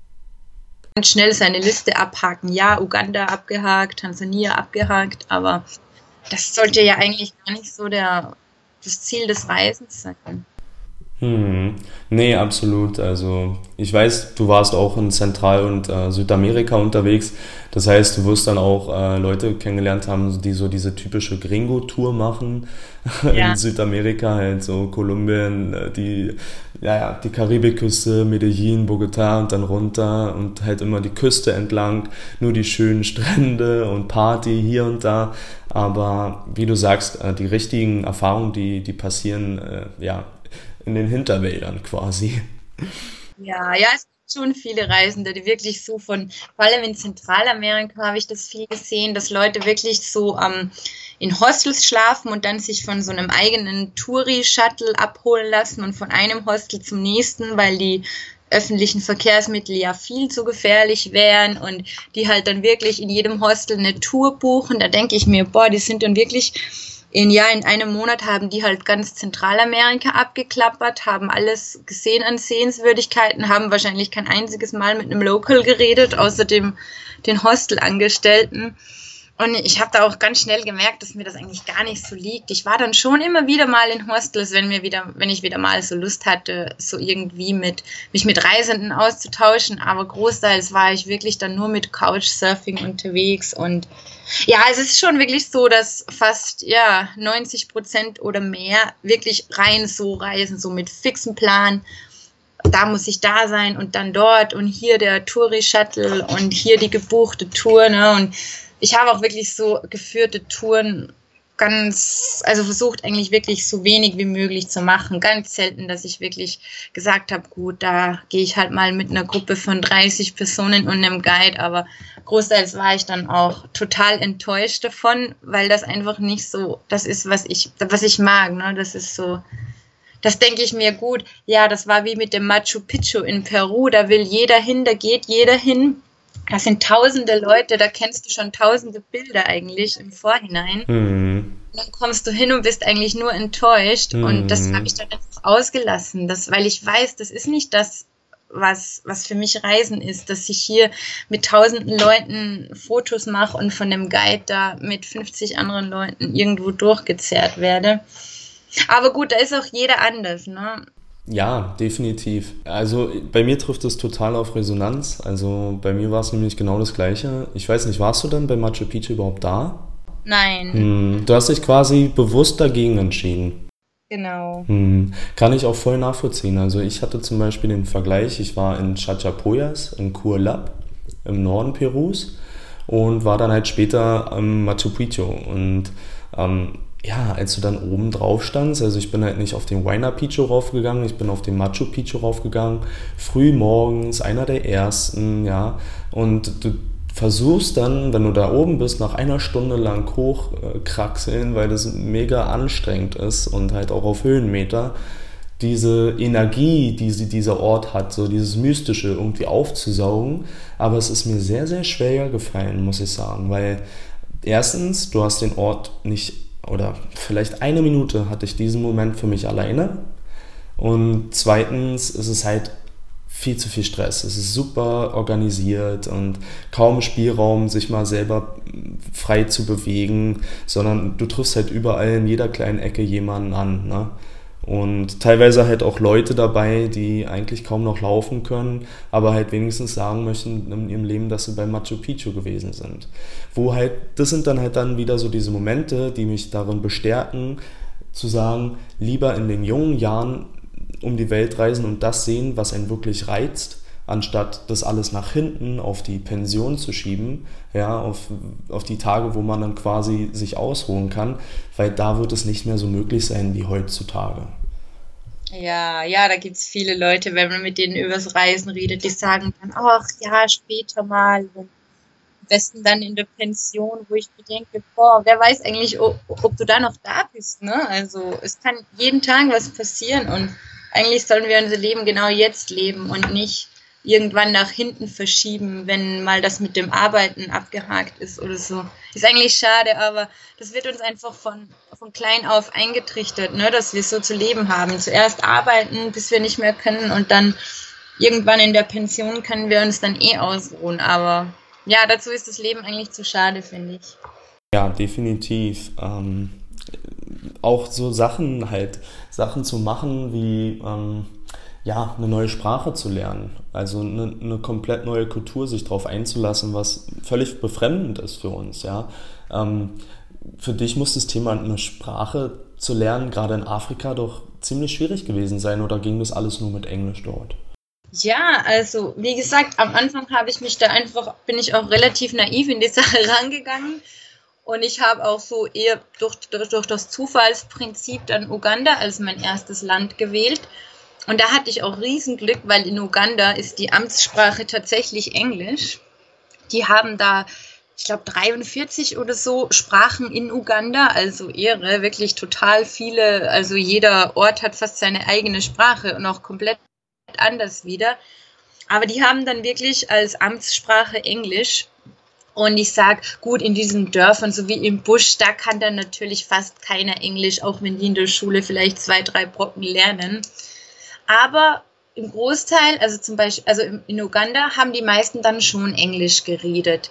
Ganz schnell seine Liste abhaken. Ja, Uganda abgehakt, Tansania abgehakt, aber das sollte ja eigentlich gar nicht so der, das Ziel des Reisens sein. Hm. Nee, absolut. Also ich weiß, du warst auch in Zentral- und äh, Südamerika unterwegs. Das heißt, du wirst dann auch äh, Leute kennengelernt haben, die so diese typische Gringo-Tour machen in Ja. Südamerika, halt so Kolumbien, äh, die, ja, ja, die Karibikküste, Medellin, Bogotá und dann runter und halt immer die Küste entlang, nur die schönen Strände und Party hier und da. Aber wie du sagst, äh, die richtigen Erfahrungen, die, die passieren, äh, ja, in den Hinterwäldern quasi. Ja, ja, es gibt schon viele Reisende, die wirklich so von, vor allem in Zentralamerika habe ich das viel gesehen, dass Leute wirklich so ähm, in Hostels schlafen und dann sich von so einem eigenen Touri-Shuttle abholen lassen und von einem Hostel zum nächsten, weil die öffentlichen Verkehrsmittel ja viel zu gefährlich wären und die halt dann wirklich in jedem Hostel eine Tour buchen. Da denke ich mir, boah, die sind dann wirklich in, ja, in einem Monat haben die halt ganz Zentralamerika abgeklappert, haben alles gesehen an Sehenswürdigkeiten, haben wahrscheinlich kein einziges Mal mit einem Local geredet, außer dem, den Hostelangestellten. Und ich habe da auch ganz schnell gemerkt, dass mir das eigentlich gar nicht so liegt. Ich war dann schon immer wieder mal in Hostels, wenn mir wieder, wenn ich wieder mal so Lust hatte, so irgendwie mit, mich mit Reisenden auszutauschen. Aber großteils war ich wirklich dann nur mit Couchsurfing unterwegs. Und ja, es ist schon wirklich so, dass fast, ja, neunzig Prozent oder mehr wirklich rein so reisen, so mit fixem Plan. Da muss ich da sein und dann dort und hier der Touri-Shuttle und hier die gebuchte Tour, ne, und ich habe auch wirklich so geführte Touren ganz, also versucht eigentlich wirklich so wenig wie möglich zu machen. Ganz selten, dass ich wirklich gesagt habe, gut, da gehe ich halt mal mit einer Gruppe von dreißig Personen und einem Guide, aber großteils war ich dann auch total enttäuscht davon, weil das einfach nicht so das ist, was ich, was ich mag, ne? Das ist so, das denke ich mir, gut, ja, das war wie mit dem Machu Picchu in Peru, da will jeder hin, da geht jeder hin. Das sind tausende Leute, da kennst du schon tausende Bilder eigentlich im Vorhinein. Mhm. Und dann kommst du hin und bist eigentlich nur enttäuscht. Und das habe Mhm. ich dann einfach ausgelassen, das, weil ich weiß, das ist nicht das, was, was für mich Reisen ist, dass ich hier mit tausenden Leuten Fotos mache und von dem Guide da mit fünfzig anderen Leuten irgendwo durchgezerrt werde. Aber gut, da ist auch jeder anders, ne? Ja, definitiv. Also bei mir trifft es total auf Resonanz. Also bei mir war es nämlich genau das Gleiche. Ich weiß nicht, warst du denn bei Machu Picchu überhaupt da? Nein, Hm, du hast dich quasi bewusst dagegen entschieden. genau. Hm, kann ich auch voll nachvollziehen. Also ich hatte zum Beispiel den Vergleich, ich war in Chachapoyas, in Curlab, im Norden Perus und war dann halt später am Machu Picchu. Und ähm, ja, als du dann oben drauf standst, also ich bin halt nicht auf den Huayna Picchu raufgegangen, ich bin auf den Machu Picchu raufgegangen, früh morgens, einer der ersten, ja, und du versuchst dann, wenn du da oben bist, nach einer Stunde lang hochkraxeln, weil das mega anstrengend ist und halt auch auf Höhenmeter, diese Energie, die sie, dieser Ort hat, so dieses Mystische irgendwie aufzusaugen. Aber es ist mir sehr, sehr schwer gefallen, muss ich sagen, weil erstens, du hast den Ort nicht, oder vielleicht eine Minute hatte ich diesen Moment für mich alleine. Und zweitens ist es halt viel zu viel Stress. Es ist super organisiert und kaum Spielraum, sich mal selber frei zu bewegen, sondern du triffst halt überall in jeder kleinen Ecke jemanden an, ne? Und teilweise halt auch Leute dabei, die eigentlich kaum noch laufen können, aber halt wenigstens sagen möchten in ihrem Leben, dass sie bei Machu Picchu gewesen sind. Wo halt, das sind dann halt dann wieder so diese Momente, die mich darin bestärken, zu sagen, lieber in den jungen Jahren um die Welt reisen und das sehen, was einen wirklich reizt, anstatt das alles nach hinten auf die Pension zu schieben, ja, auf, auf die Tage, wo man dann quasi sich ausruhen kann, weil da wird es nicht mehr so möglich sein wie heutzutage. Ja, ja, da gibt's viele Leute, wenn man mit denen übers Reisen redet, die sagen dann, ach ja, später mal. Und am besten dann in der Pension, wo ich mir denke, boah, wer weiß eigentlich, ob, ob du da noch da bist, ne? Also es kann jeden Tag was passieren und eigentlich sollen wir unser Leben genau jetzt leben und nicht irgendwann nach hinten verschieben, wenn mal das mit dem Arbeiten abgehakt ist oder so. Ist eigentlich schade, aber das wird uns einfach von, von klein auf eingetrichtert, ne, dass wir so zu leben haben. Zuerst arbeiten, bis wir nicht mehr können und dann irgendwann in der Pension können wir uns dann eh ausruhen. Aber ja, dazu ist das Leben eigentlich zu schade, finde ich. Ja, definitiv. Ähm, auch so Sachen halt, Sachen zu machen wie ähm, ja, eine neue Sprache zu lernen. Also eine, eine komplett neue Kultur, sich darauf einzulassen, was völlig befremdend ist für uns. Ja? Ähm, für dich muss das Thema eine Sprache zu lernen, gerade in Afrika, doch ziemlich schwierig gewesen sein, oder ging das alles nur mit Englisch dort? Ja, also wie gesagt, am Anfang habe ich mich da einfach, bin ich auch relativ naiv in die Sache rangegangen und ich habe auch so eher durch, durch, durch das Zufallsprinzip dann Uganda als mein erstes Land gewählt. Und da hatte ich auch Riesenglück, weil in Uganda ist die Amtssprache tatsächlich Englisch. Die haben da, ich glaube, dreiundvierzig oder so Sprachen in Uganda, also Ehre, wirklich total viele. Also jeder Ort hat fast seine eigene Sprache und auch komplett anders wieder. Aber die haben dann wirklich als Amtssprache Englisch. Und ich sage, gut, in diesen Dörfern, so wie im Busch, da kann dann natürlich fast keiner Englisch, auch wenn die in der Schule vielleicht zwei, drei Brocken lernen. Aber im Großteil, also zum Beispiel, also in Uganda haben die meisten dann schon Englisch geredet.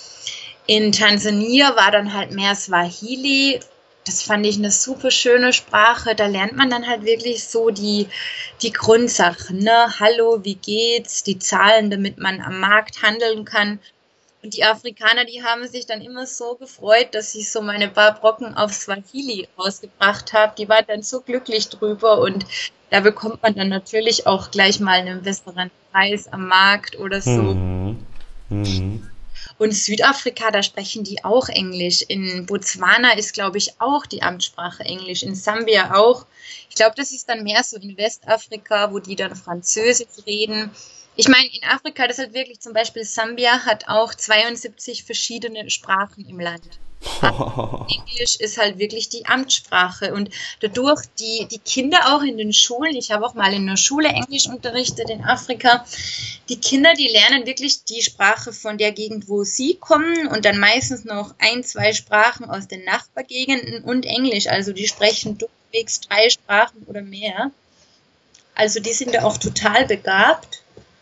In Tansania war dann halt mehr Swahili. Das fand ich eine super schöne Sprache. Da lernt man dann halt wirklich so die, die Grundsachen, ne? Hallo, wie geht's? Die Zahlen, damit man am Markt handeln kann. Und die Afrikaner, die haben sich dann immer so gefreut, dass ich so meine paar Brocken auf Swahili rausgebracht habe. Die waren dann so glücklich drüber und da bekommt man dann natürlich auch gleich mal einen besseren Preis am Markt oder so. Mhm. Mhm. Und Südafrika, da sprechen die auch Englisch. In Botswana ist, glaube ich, auch die Amtssprache Englisch. In Sambia auch. Ich glaube, das ist dann mehr so in Westafrika, wo die dann Französisch reden. Ich meine, in Afrika, das halt wirklich zum Beispiel Sambia hat auch zweiundsiebzig verschiedene Sprachen im Land. Aber Englisch ist halt wirklich die Amtssprache und dadurch die, die Kinder auch in den Schulen, ich habe auch mal in der Schule Englisch unterrichtet in Afrika, die Kinder, die lernen wirklich die Sprache von der Gegend, wo sie kommen und dann meistens noch ein, zwei Sprachen aus den Nachbargegenden und Englisch, also die sprechen durchwegs drei Sprachen oder mehr. Also die sind da auch total begabt.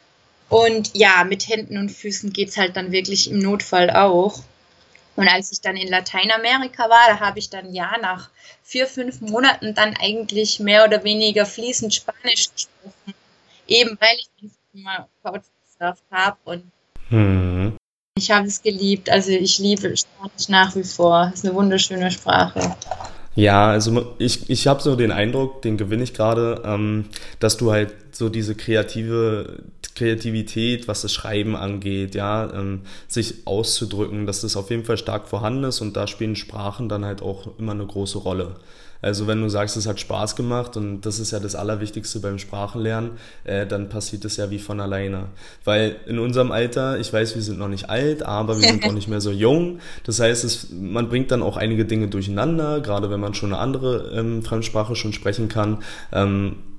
Und ja, mit Händen und Füßen geht's halt dann wirklich im Notfall auch. Und als ich dann in Lateinamerika war, da habe ich dann ja nach vier, fünf Monaten dann eigentlich mehr oder weniger fließend Spanisch gesprochen. Eben weil ich einfach immer Couchsurft habe und Mhm. ich habe es geliebt. Also ich liebe Spanisch nach wie vor. Es ist eine wunderschöne Sprache. Ja, also ich, ich habe so den Eindruck, den gewinne ich gerade, ähm, dass du halt so diese kreative Kreativität, was das Schreiben angeht, ja, ähm, sich auszudrücken, dass das auf jeden Fall stark vorhanden ist und da spielen Sprachen dann halt auch immer eine große Rolle. Also wenn du sagst, es hat Spaß gemacht und das ist ja das Allerwichtigste beim Sprachenlernen, äh, dann passiert es ja wie von alleine. Weil in unserem Alter, ich weiß, wir sind noch nicht alt, aber wir sind auch nicht mehr so jung. Das heißt, es, man bringt dann auch einige Dinge durcheinander, gerade wenn man schon eine andere ähm, Fremdsprache schon sprechen kann. Ähm,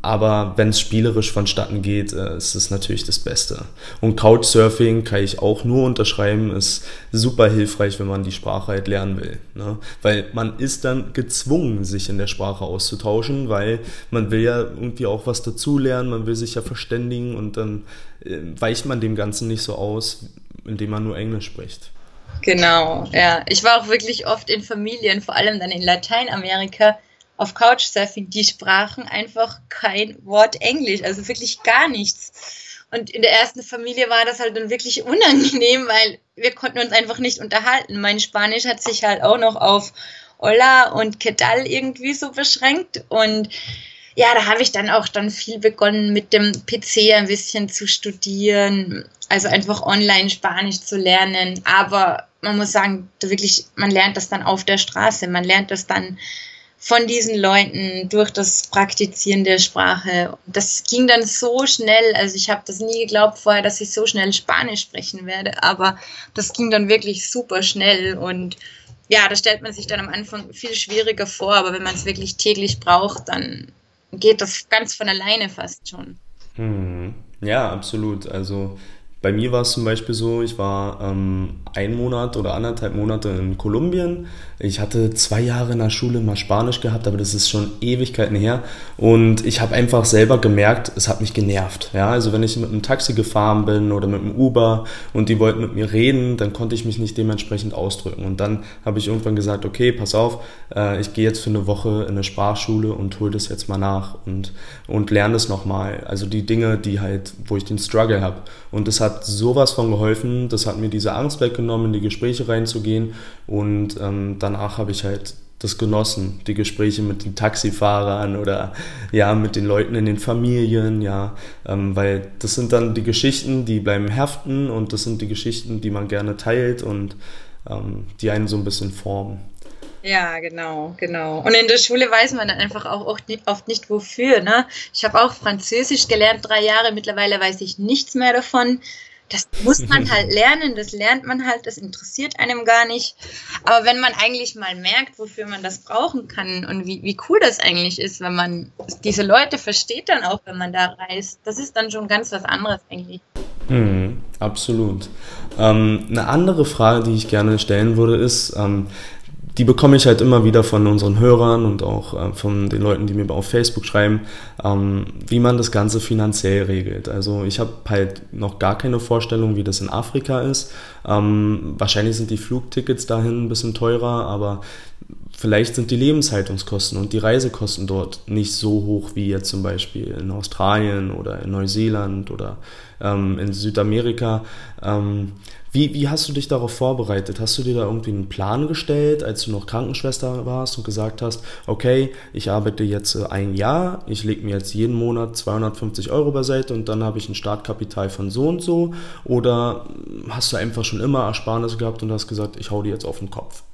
aber wenn es spielerisch vonstatten geht, äh, ist es natürlich das Beste. Und Couchsurfing kann ich auch nur unterschreiben, ist super hilfreich, wenn man die Sprache halt lernen will. Ne? Weil man ist dann gezwungen, sich in der Sprache auszutauschen, weil man will ja irgendwie auch was dazulernen, man will sich ja verständigen und dann äh, weicht man dem Ganzen nicht so aus, indem man nur Englisch spricht. Genau, ja. Ich war auch wirklich oft in Familien, vor allem dann in Lateinamerika, auf Couchsurfing, die sprachen einfach kein Wort Englisch, also wirklich gar nichts. Und in der ersten Familie war das halt dann wirklich unangenehm, weil wir konnten uns einfach nicht unterhalten. Mein Spanisch hat sich halt auch noch auf Hola und ¿Qué tal irgendwie so beschränkt. Und ja, da habe ich dann auch dann viel begonnen, mit dem P C ein bisschen zu studieren, also einfach online Spanisch zu lernen. Aber man muss sagen, wirklich, man lernt das dann auf der Straße, man lernt das dann von diesen Leuten durch das Praktizieren der Sprache. Das ging dann so schnell, also ich habe das nie geglaubt vorher, dass ich so schnell Spanisch sprechen werde, aber das ging dann wirklich super schnell und ja, da stellt man sich dann am Anfang viel schwieriger vor, aber wenn man es wirklich täglich braucht, dann geht das ganz von alleine fast schon. Hm. Ja, absolut. Also bei mir war es zum Beispiel so, ich war ähm, ein Monat oder anderthalb Monate in Kolumbien. Ich hatte zwei Jahre in der Schule mal Spanisch gehabt, aber das ist schon Ewigkeiten her. Und ich habe einfach selber gemerkt, es hat mich genervt. Ja, also wenn ich mit einem Taxi gefahren bin oder mit einem Uber und die wollten mit mir reden, dann konnte ich mich nicht dementsprechend ausdrücken. Und dann habe ich irgendwann gesagt, okay, pass auf, äh, ich gehe jetzt für eine Woche in eine Sprachschule und hole das jetzt mal nach und, und lerne das nochmal. Also die Dinge, die halt, wo ich den Struggle habe. Und das hat sowas von geholfen, das hat mir diese Angst weggenommen, in die Gespräche reinzugehen und ähm, danach habe ich halt das genossen, die Gespräche mit den Taxifahrern oder ja, mit den Leuten in den Familien, ja, ähm, weil das sind dann die Geschichten, die bleiben heften und das sind die Geschichten, die man gerne teilt und ähm, die einen so ein bisschen formen. Ja, genau, genau. Und in der Schule weiß man dann einfach auch oft nicht, oft nicht wofür, ne? Ich habe auch Französisch gelernt, drei Jahre, mittlerweile weiß ich nichts mehr davon. Das muss man halt lernen, das lernt man halt, das interessiert einem gar nicht. Aber wenn man eigentlich mal merkt, wofür man das brauchen kann und wie, wie cool das eigentlich ist, wenn man diese Leute versteht dann auch, wenn man da reist, das ist dann schon ganz was anderes eigentlich. Mhm, absolut. Ähm, eine andere Frage, die ich gerne stellen würde, ist, ähm, die bekomme ich halt immer wieder von unseren Hörern und auch äh, von den Leuten, die mir auf Facebook schreiben, ähm, wie man das Ganze finanziell regelt. Also ich habe halt noch gar keine Vorstellung, wie das in Afrika ist. Ähm, wahrscheinlich sind die Flugtickets dahin ein bisschen teurer, aber vielleicht sind die Lebenshaltungskosten und die Reisekosten dort nicht so hoch wie jetzt zum Beispiel in Australien oder in Neuseeland oder ähm, in Südamerika. Ähm, wie, wie hast du dich darauf vorbereitet? Hast du dir da irgendwie einen Plan gestellt, als du noch Krankenschwester warst und gesagt hast, okay, ich arbeite jetzt äh, ein Jahr, ich lege mir jetzt jeden Monat zweihundertfünfzig Euro beiseite und dann habe ich ein Startkapital von so und so? Oder hast du einfach schon immer Ersparnisse gehabt und hast gesagt, ich hau die jetzt auf den Kopf?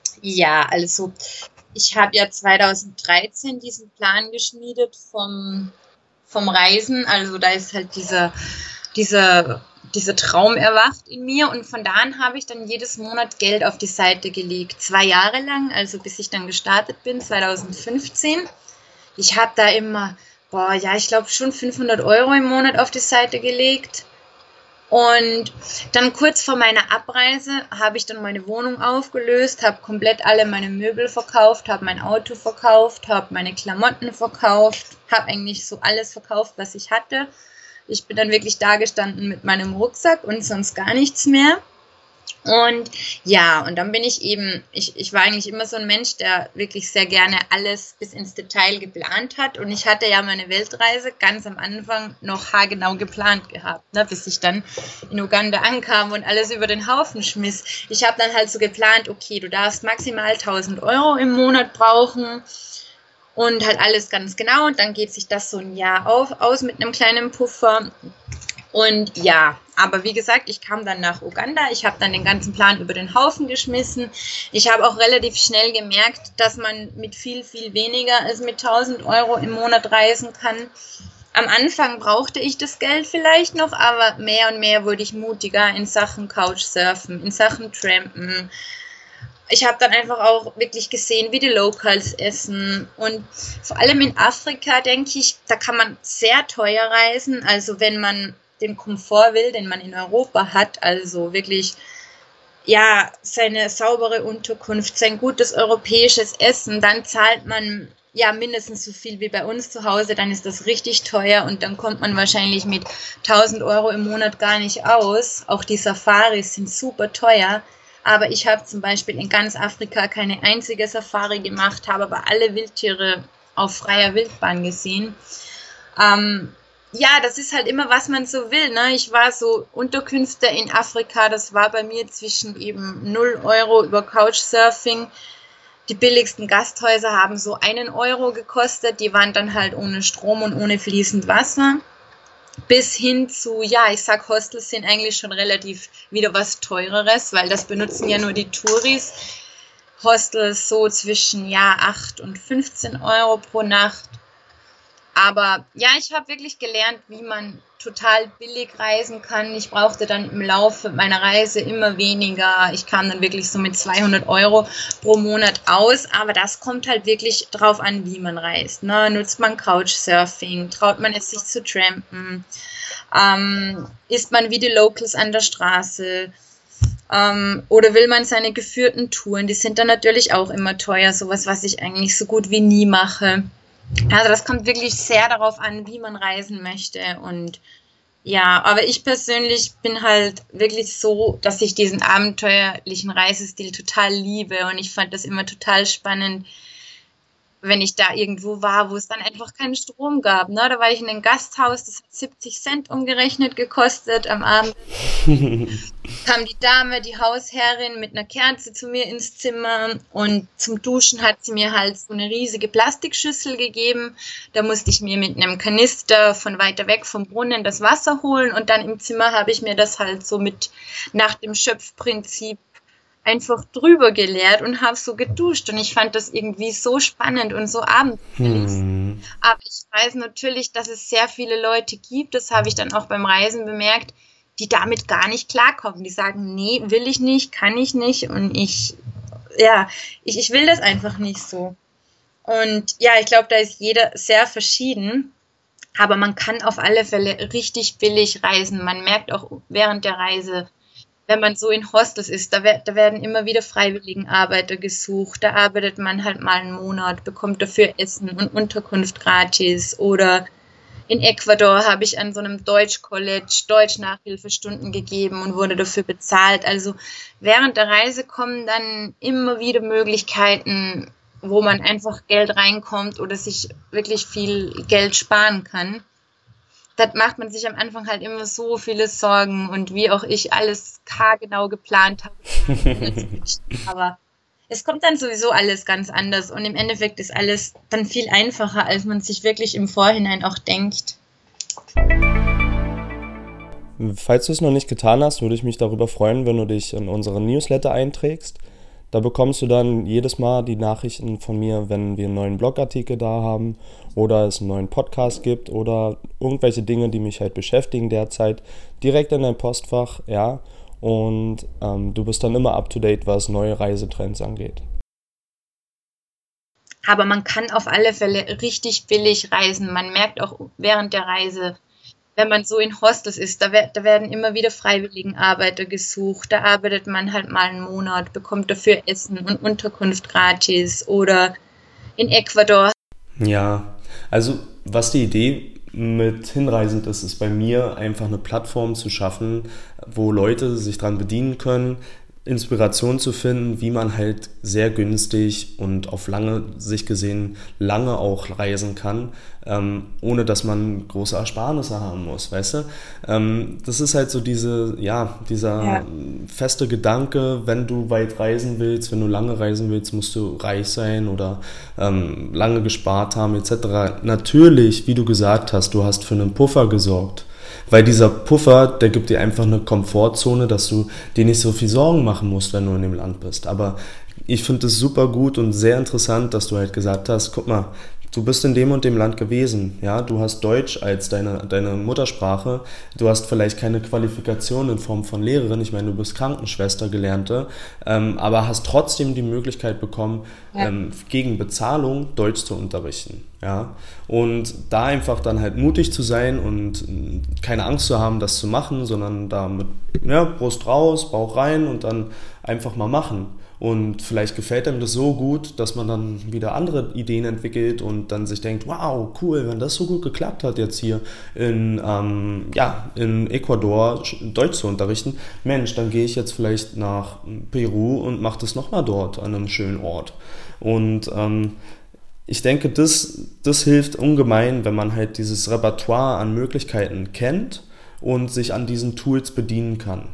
Ja, also ich habe ja zweitausenddreizehn diesen Plan geschmiedet vom, vom Reisen. Also da ist halt dieser, dieser, dieser Traum erwacht in mir und von da an habe ich dann jedes Monat Geld auf die Seite gelegt. Zwei Jahre lang, also bis ich dann gestartet bin, zweitausendfünfzehn. Ich habe da immer, boah, ja, ich glaube schon fünfhundert Euro im Monat auf die Seite gelegt. Und dann kurz vor meiner Abreise habe ich dann meine Wohnung aufgelöst, habe komplett alle meine Möbel verkauft, habe mein Auto verkauft, habe meine Klamotten verkauft, habe eigentlich so alles verkauft, was ich hatte. Ich bin dann wirklich da gestanden mit meinem Rucksack und sonst gar nichts mehr. Und ja, und dann bin ich eben, ich, ich war eigentlich immer so ein Mensch, der wirklich sehr gerne alles bis ins Detail geplant hat. Und ich hatte ja meine Weltreise ganz am Anfang noch haargenau geplant gehabt, ne, bis ich dann in Uganda ankam und alles über den Haufen schmiss. Ich habe dann halt so geplant, okay, du darfst maximal tausend Euro im Monat brauchen und halt alles ganz genau. Und dann geht sich das so ein Jahr auf, aus mit einem kleinen Puffer. Und ja, aber wie gesagt, ich kam dann nach Uganda, ich habe dann den ganzen Plan über den Haufen geschmissen. Ich habe auch relativ schnell gemerkt, dass man mit viel, viel weniger als mit tausend Euro im Monat reisen kann. Am Anfang brauchte ich das Geld vielleicht noch, aber mehr und mehr wurde ich mutiger in Sachen Couchsurfen, in Sachen Trampen. ich habe dann einfach auch wirklich gesehen, wie die Locals essen. Und vor allem in Afrika, denke ich, da kann man sehr teuer reisen. Also wenn man den Komfort will, den man in Europa hat, also wirklich, ja, seine saubere Unterkunft, sein gutes europäisches Essen, dann zahlt man ja mindestens so viel wie bei uns zu Hause, dann ist das richtig teuer und dann kommt man wahrscheinlich mit tausend Euro im Monat gar nicht aus. Auch die Safaris sind super teuer. Aber ich habe zum Beispiel in ganz Afrika keine einzige Safari gemacht, habe aber alle Wildtiere auf freier Wildbahn gesehen. Ähm, ja, das ist halt immer, was man so will. Ne? Ich war so Unterkünfte in Afrika, das war bei mir zwischen eben null Euro über Couchsurfing. Die billigsten Gasthäuser haben so einen Euro gekostet, die waren dann halt ohne Strom und ohne fließend Wasser. Bis hin zu, ja, ich sag, Hostels sind eigentlich schon relativ wieder was Teureres, weil das benutzen ja nur die Touris. Hostels so zwischen, ja, acht und fünfzehn Euro pro Nacht. Aber ja, ich habe wirklich gelernt, wie man total billig reisen kann. Ich brauchte dann im Laufe meiner Reise immer weniger. Ich kam dann wirklich so mit zweihundert Euro pro Monat aus. Aber das kommt halt wirklich drauf an, wie man reist. Ne? Nutzt man Couchsurfing? Traut man es sich zu trampen? Ähm, ist man wie die Locals an der Straße? Ähm, oder will man seine geführten Touren? Die sind dann natürlich auch immer teuer. Sowas, was ich eigentlich so gut wie nie mache. Also das kommt wirklich sehr darauf an, wie man reisen möchte. Und ja, aber ich persönlich bin halt wirklich so, dass ich diesen abenteuerlichen Reisestil total liebe. Und ich fand das immer total spannend, wenn ich da irgendwo war, wo es dann einfach keinen Strom gab. Ne? Da war ich in einem Gasthaus, das hat siebzig Cent umgerechnet gekostet am Abend. Kam die Dame, die Hausherrin, mit einer Kerze zu mir ins Zimmer und zum Duschen hat sie mir halt so eine riesige Plastikschüssel gegeben. Da musste ich mir mit einem Kanister von weiter weg vom Brunnen das Wasser holen und dann im Zimmer habe ich mir das halt so mit nach dem Schöpfprinzip einfach drüber geleert und habe so geduscht und ich fand das irgendwie so spannend und so abenteuerlich. Hm. Aber ich weiß natürlich, dass es sehr viele Leute gibt, das habe ich dann auch beim Reisen bemerkt, die damit gar nicht klarkommen. Die sagen, nee, will ich nicht, kann ich nicht und ich, ja, ich, ich will das einfach nicht so. Und ja, ich glaube, da ist jeder sehr verschieden, aber man kann auf alle Fälle richtig billig reisen. Man merkt auch während der Reise, wenn man so in Hostels ist, da, wer- da werden immer wieder Freiwilligenarbeiter gesucht. Da arbeitet man halt mal einen Monat, bekommt dafür Essen und Unterkunft gratis. Oder in Ecuador habe ich an so einem Deutsch-College Deutsch-Nachhilfestunden gegeben und wurde dafür bezahlt. Also während der Reise kommen dann immer wieder Möglichkeiten, wo man einfach Geld reinkommt oder sich wirklich viel Geld sparen kann. Da macht man sich am Anfang halt immer so viele Sorgen und wie auch ich alles haargenau geplant habe. Aber es kommt dann sowieso alles ganz anders und im Endeffekt ist alles dann viel einfacher, als man sich wirklich im Vorhinein auch denkt. Falls du es noch nicht getan hast, würde ich mich darüber freuen, wenn du dich in unseren Newsletter einträgst. Da bekommst du dann jedes Mal die Nachrichten von mir, wenn wir einen neuen Blogartikel da haben oder es einen neuen Podcast gibt oder irgendwelche Dinge, die mich halt beschäftigen derzeit, direkt in dein Postfach, ja. Und ähm, du bist dann immer up to date, was neue Reisetrends angeht. Aber man kann auf alle Fälle richtig billig reisen. Man merkt auch während der Reise, wenn man so in Hostels ist, da, wer- da werden immer wieder Freiwilligenarbeiter gesucht. Da arbeitet man halt mal einen Monat, bekommt dafür Essen und Unterkunft gratis. Oder in Ecuador. Ja, also was die Idee mit Hinreisend ist, ist bei mir einfach eine Plattform zu schaffen, wo Leute sich dran bedienen können, Inspiration zu finden, wie man halt sehr günstig und auf lange Sicht gesehen lange auch reisen kann, ähm, ohne dass man große Ersparnisse haben muss, weißt du? Ähm, das ist halt so diese, ja, dieser Ja. feste Gedanke, wenn du weit reisen willst, wenn du lange reisen willst, musst du reich sein oder ähm, lange gespart haben et cetera. Natürlich, wie du gesagt hast, du hast für einen Puffer gesorgt. Weil dieser Puffer, der gibt dir einfach eine Komfortzone, dass du dir nicht so viel Sorgen machen musst, wenn du in dem Land bist. Aber ich finde es super gut und sehr interessant, dass du halt gesagt hast, guck mal, du bist in dem und dem Land gewesen, ja, du hast Deutsch als deine, deine Muttersprache, du hast vielleicht keine Qualifikation in Form von Lehrerin, ich meine, du bist Krankenschwester, Gelernte, ähm, aber hast trotzdem die Möglichkeit bekommen, Ja. ähm, gegen Bezahlung Deutsch zu unterrichten, ja, und da einfach dann halt mutig zu sein und äh, keine Angst zu haben, das zu machen, sondern da mit, ja, Brust raus, Bauch rein und dann einfach mal machen. Und vielleicht gefällt einem das so gut, dass man dann wieder andere Ideen entwickelt und dann sich denkt, wow, cool, wenn das so gut geklappt hat jetzt hier in, ähm, ja, in Ecuador Deutsch zu unterrichten, Mensch, dann gehe ich jetzt vielleicht nach Peru und mache das nochmal dort an einem schönen Ort. Und ähm, ich denke, das, das hilft ungemein, wenn man halt dieses Repertoire an Möglichkeiten kennt und sich an diesen Tools bedienen kann.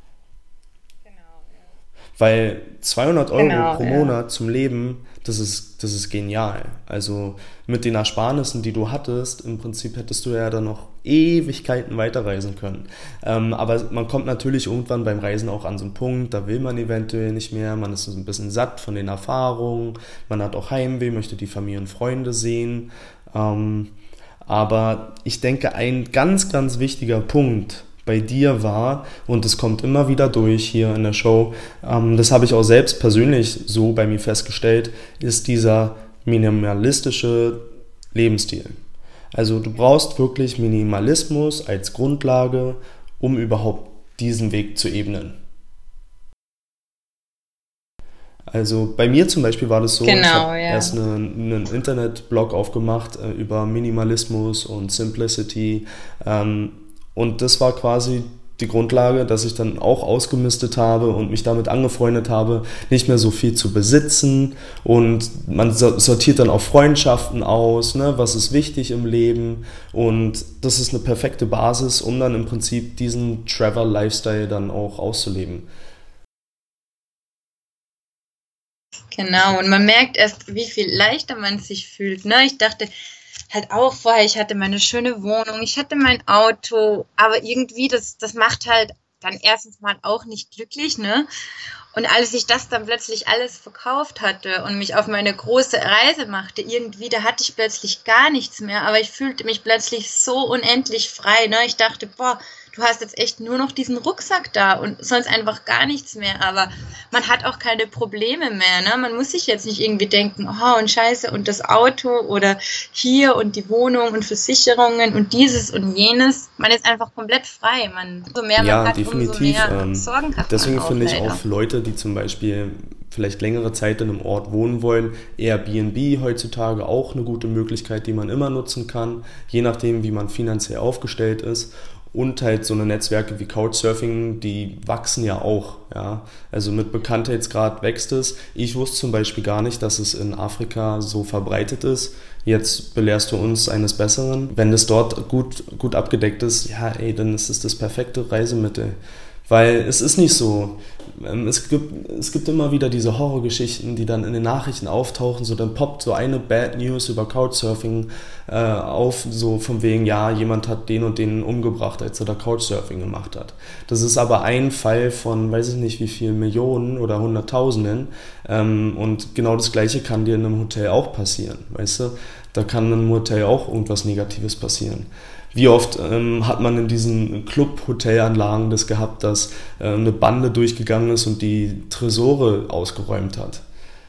Weil zweihundert Euro Genau, pro ja. Monat zum Leben, das ist, das ist genial. Also mit den Ersparnissen, die du hattest, im Prinzip hättest du ja dann noch Ewigkeiten weiterreisen können. Ähm, aber man kommt natürlich irgendwann beim Reisen auch an so einen Punkt, da will man eventuell nicht mehr, man ist so ein bisschen satt von den Erfahrungen, man hat auch Heimweh, möchte die Familie und Freunde sehen. Ähm, aber ich denke, ein ganz, ganz wichtiger Punkt bei dir war, und es kommt immer wieder durch hier in der Show, ähm, das habe ich auch selbst persönlich so bei mir festgestellt, ist dieser minimalistische Lebensstil. Also du brauchst wirklich Minimalismus als Grundlage, um überhaupt diesen Weg zu ebnen. Also bei mir zum Beispiel war das so, ich Genau, habe ja. erst einen, einen Internetblog aufgemacht äh, über Minimalismus und Simplicity, ähm, und das war quasi die Grundlage, dass ich dann auch ausgemistet habe und mich damit angefreundet habe, nicht mehr so viel zu besitzen, und man so- sortiert dann auch Freundschaften aus, ne, was ist wichtig im Leben, und das ist eine perfekte Basis, um dann im Prinzip diesen Travel-Lifestyle dann auch auszuleben. Genau, und man merkt erst, wie viel leichter man sich fühlt. Ne? Ich dachte halt auch vorher, ich hatte meine schöne Wohnung, ich hatte mein Auto, aber irgendwie, das, das macht halt dann erstens mal auch nicht glücklich, ne? Und als ich das dann plötzlich alles verkauft hatte und mich auf meine große Reise machte, irgendwie, da hatte ich plötzlich gar nichts mehr, aber ich fühlte mich plötzlich so unendlich frei, ne? Ich dachte, boah, du hast jetzt echt nur noch diesen Rucksack da und sonst einfach gar nichts mehr, aber man hat auch keine Probleme mehr, ne? Man muss sich jetzt nicht irgendwie denken, oh, und Scheiße, und das Auto oder hier und die Wohnung und Versicherungen und dieses und jenes. Man ist einfach komplett frei. Man, umso mehr man Ja, hat, umso definitiv. mehr Ähm, Sorgen hat deswegen man auch finde ich auch leider. für Leute, die zum Beispiel vielleicht längere Zeit in einem Ort wohnen wollen, Airbnb heutzutage auch eine gute Möglichkeit, die man immer nutzen kann, je nachdem, wie man finanziell aufgestellt ist. Und halt so eine Netzwerke wie Couchsurfing, die wachsen ja auch, ja. Also mit Bekanntheitsgrad wächst es. Ich wusste zum Beispiel gar nicht, dass es in Afrika so verbreitet ist. Jetzt belehrst du uns eines Besseren. Wenn das dort gut, gut abgedeckt ist, ja, ey, dann ist es das perfekte Reisemittel. Weil es ist nicht so. Ähm, Es gibt, es gibt immer wieder diese Horrorgeschichten, die dann in den Nachrichten auftauchen. So, dann poppt so eine Bad News über Couchsurfing äh, auf, so von wegen, ja, jemand hat den und den umgebracht, als er da Couchsurfing gemacht hat. Das ist aber ein Fall von, weiß ich nicht wie vielen Millionen oder Hunderttausenden. Ähm, und genau das Gleiche kann dir in einem Hotel auch passieren, weißt du? Da kann in einem Hotel auch irgendwas Negatives passieren. Wie oft ähm, hat man in diesen Club-Hotelanlagen das gehabt, dass äh, eine Bande durchgegangen ist und die Tresore ausgeräumt hat?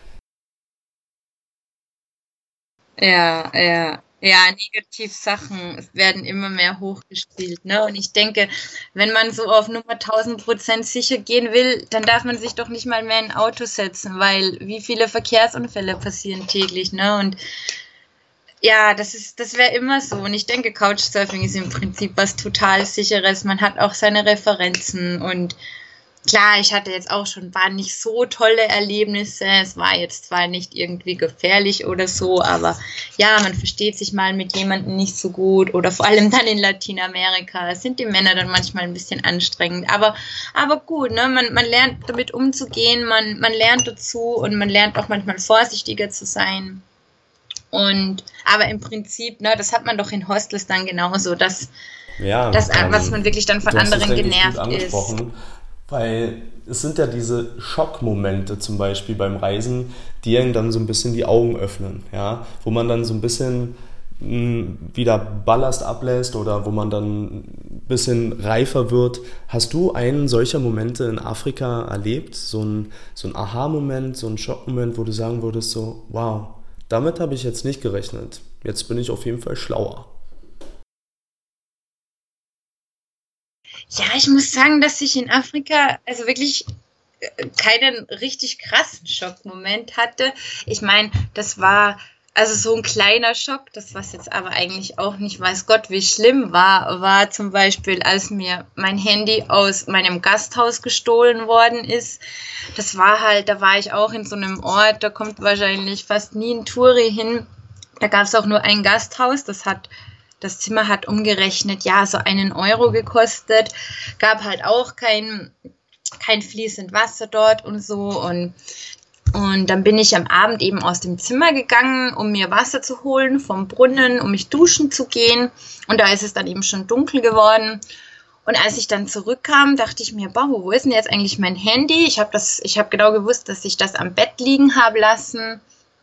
Ja, ja. Ja, Negativsachen werden immer mehr hochgespielt, ne? Und ich denke, wenn man so auf Nummer tausend Prozent sicher gehen will, dann darf man sich doch nicht mal mehr in ein Auto setzen, weil wie viele Verkehrsunfälle passieren täglich, ne? Und ja, das ist, das wäre immer so. Und ich denke, Couchsurfing ist im Prinzip was total Sicheres. Man hat auch seine Referenzen. Und klar, ich hatte jetzt auch schon, waren nicht so tolle Erlebnisse. Es war jetzt zwar nicht irgendwie gefährlich oder so, aber ja, man versteht sich mal mit jemandem nicht so gut. Oder vor allem dann in Lateinamerika sind die Männer dann manchmal ein bisschen anstrengend. Aber, aber gut, ne? Man, man lernt damit umzugehen, man, man lernt dazu und man lernt auch manchmal vorsichtiger zu sein. Und aber im Prinzip, ne, das hat man doch in Hostels dann genauso, dass Ja, das, was ähm, man wirklich dann von du hast es, anderen denke ich, gut genervt ist. angesprochen. Weil es sind ja diese Schockmomente zum Beispiel beim Reisen, die einem dann so ein bisschen die Augen öffnen, ja, wo man dann so ein bisschen mh, wieder Ballast ablässt oder wo man dann ein bisschen reifer wird. Hast du einen solcher Momente in Afrika erlebt? So ein, so ein Aha-Moment, so ein Schockmoment, wo du sagen würdest so, wow, damit habe ich jetzt nicht gerechnet. Jetzt bin ich auf jeden Fall schlauer. Ja, ich muss sagen, dass ich in Afrika also wirklich äh, keinen richtig krassen Schockmoment hatte. Ich meine, das war also so ein kleiner Schock, das was jetzt aber eigentlich auch nicht weiß Gott wie schlimm war, war zum Beispiel, als mir mein Handy aus meinem Gasthaus gestohlen worden ist. Das war halt, da war ich auch in so einem Ort, da kommt wahrscheinlich fast nie ein Touri hin. Da gab es auch nur ein Gasthaus, das hat das Zimmer hat umgerechnet, ja, so einen Euro gekostet, gab halt auch kein, kein fließend Wasser dort und so. Und, und dann bin ich am Abend eben aus dem Zimmer gegangen, um mir Wasser zu holen vom Brunnen, um mich duschen zu gehen. Und da ist es dann eben schon dunkel geworden. Und als ich dann zurückkam, dachte ich mir, boah, wo ist denn jetzt eigentlich mein Handy? Ich habe das, ich habe genau gewusst, dass ich das am Bett liegen habe lassen.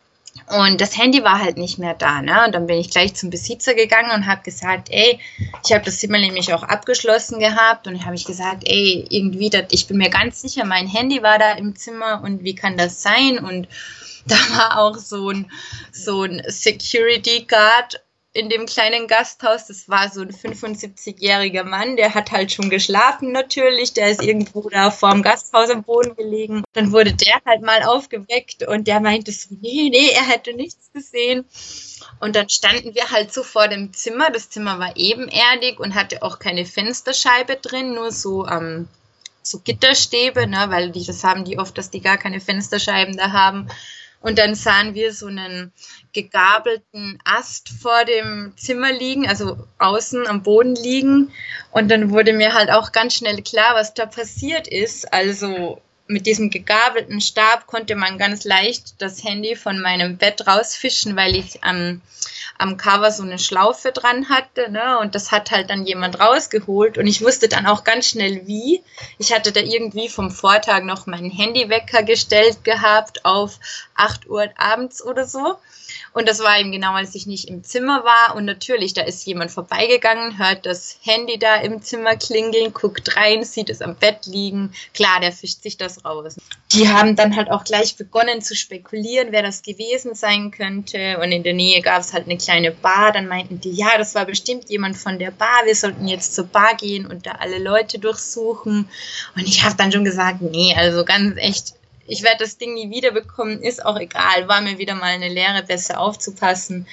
Und das Handy war halt nicht mehr da, ne? Und dann bin ich gleich zum Besitzer gegangen und habe gesagt, ey, ich habe das Zimmer nämlich auch abgeschlossen gehabt und habe ich gesagt, ey, irgendwie, dat, ich bin mir ganz sicher, mein Handy war da im Zimmer und wie kann das sein? Und da war auch so ein, so ein Security Guard in dem kleinen Gasthaus, das war so ein fünfundsiebzigjähriger Mann, der hat halt schon geschlafen natürlich, der ist irgendwo da vorm Gasthaus am Boden gelegen. Dann wurde der halt mal aufgeweckt und der meinte so, nee, nee, er hätte nichts gesehen. Und dann standen wir halt so vor dem Zimmer, das Zimmer war ebenerdig und hatte auch keine Fensterscheibe drin, nur so ähm, so Gitterstäbe, ne, weil die, das haben die oft, dass die gar keine Fensterscheiben da haben. Und dann sahen wir so einen gegabelten Ast vor dem Zimmer liegen, also außen am Boden liegen. Und dann wurde mir halt auch ganz schnell klar, was da passiert ist. Also mit diesem gegabelten Stab konnte man ganz leicht das Handy von meinem Bett rausfischen, weil ich am, am Cover so eine Schlaufe dran hatte, ne? Und das hat halt dann jemand rausgeholt. Und ich wusste dann auch ganz schnell wie. Ich hatte da irgendwie vom Vortag noch meinen Handywecker gestellt gehabt auf acht Uhr abends oder so. Und das war eben genau, als ich nicht im Zimmer war. Und natürlich, da ist jemand vorbeigegangen, hört das Handy da im Zimmer klingeln, guckt rein, sieht es am Bett liegen. Klar, der fischt sich das raus. Die haben dann halt auch gleich begonnen zu spekulieren, wer das gewesen sein könnte. Und in der Nähe gab es halt eine kleine Bar. Dann meinten die, ja, das war bestimmt jemand von der Bar. Wir sollten jetzt zur Bar gehen und da alle Leute durchsuchen. Und ich habe dann schon gesagt, nee, also ganz echt, ich werde das Ding nie wiederbekommen, ist auch egal, war mir wieder mal eine Lehre, besser aufzupassen.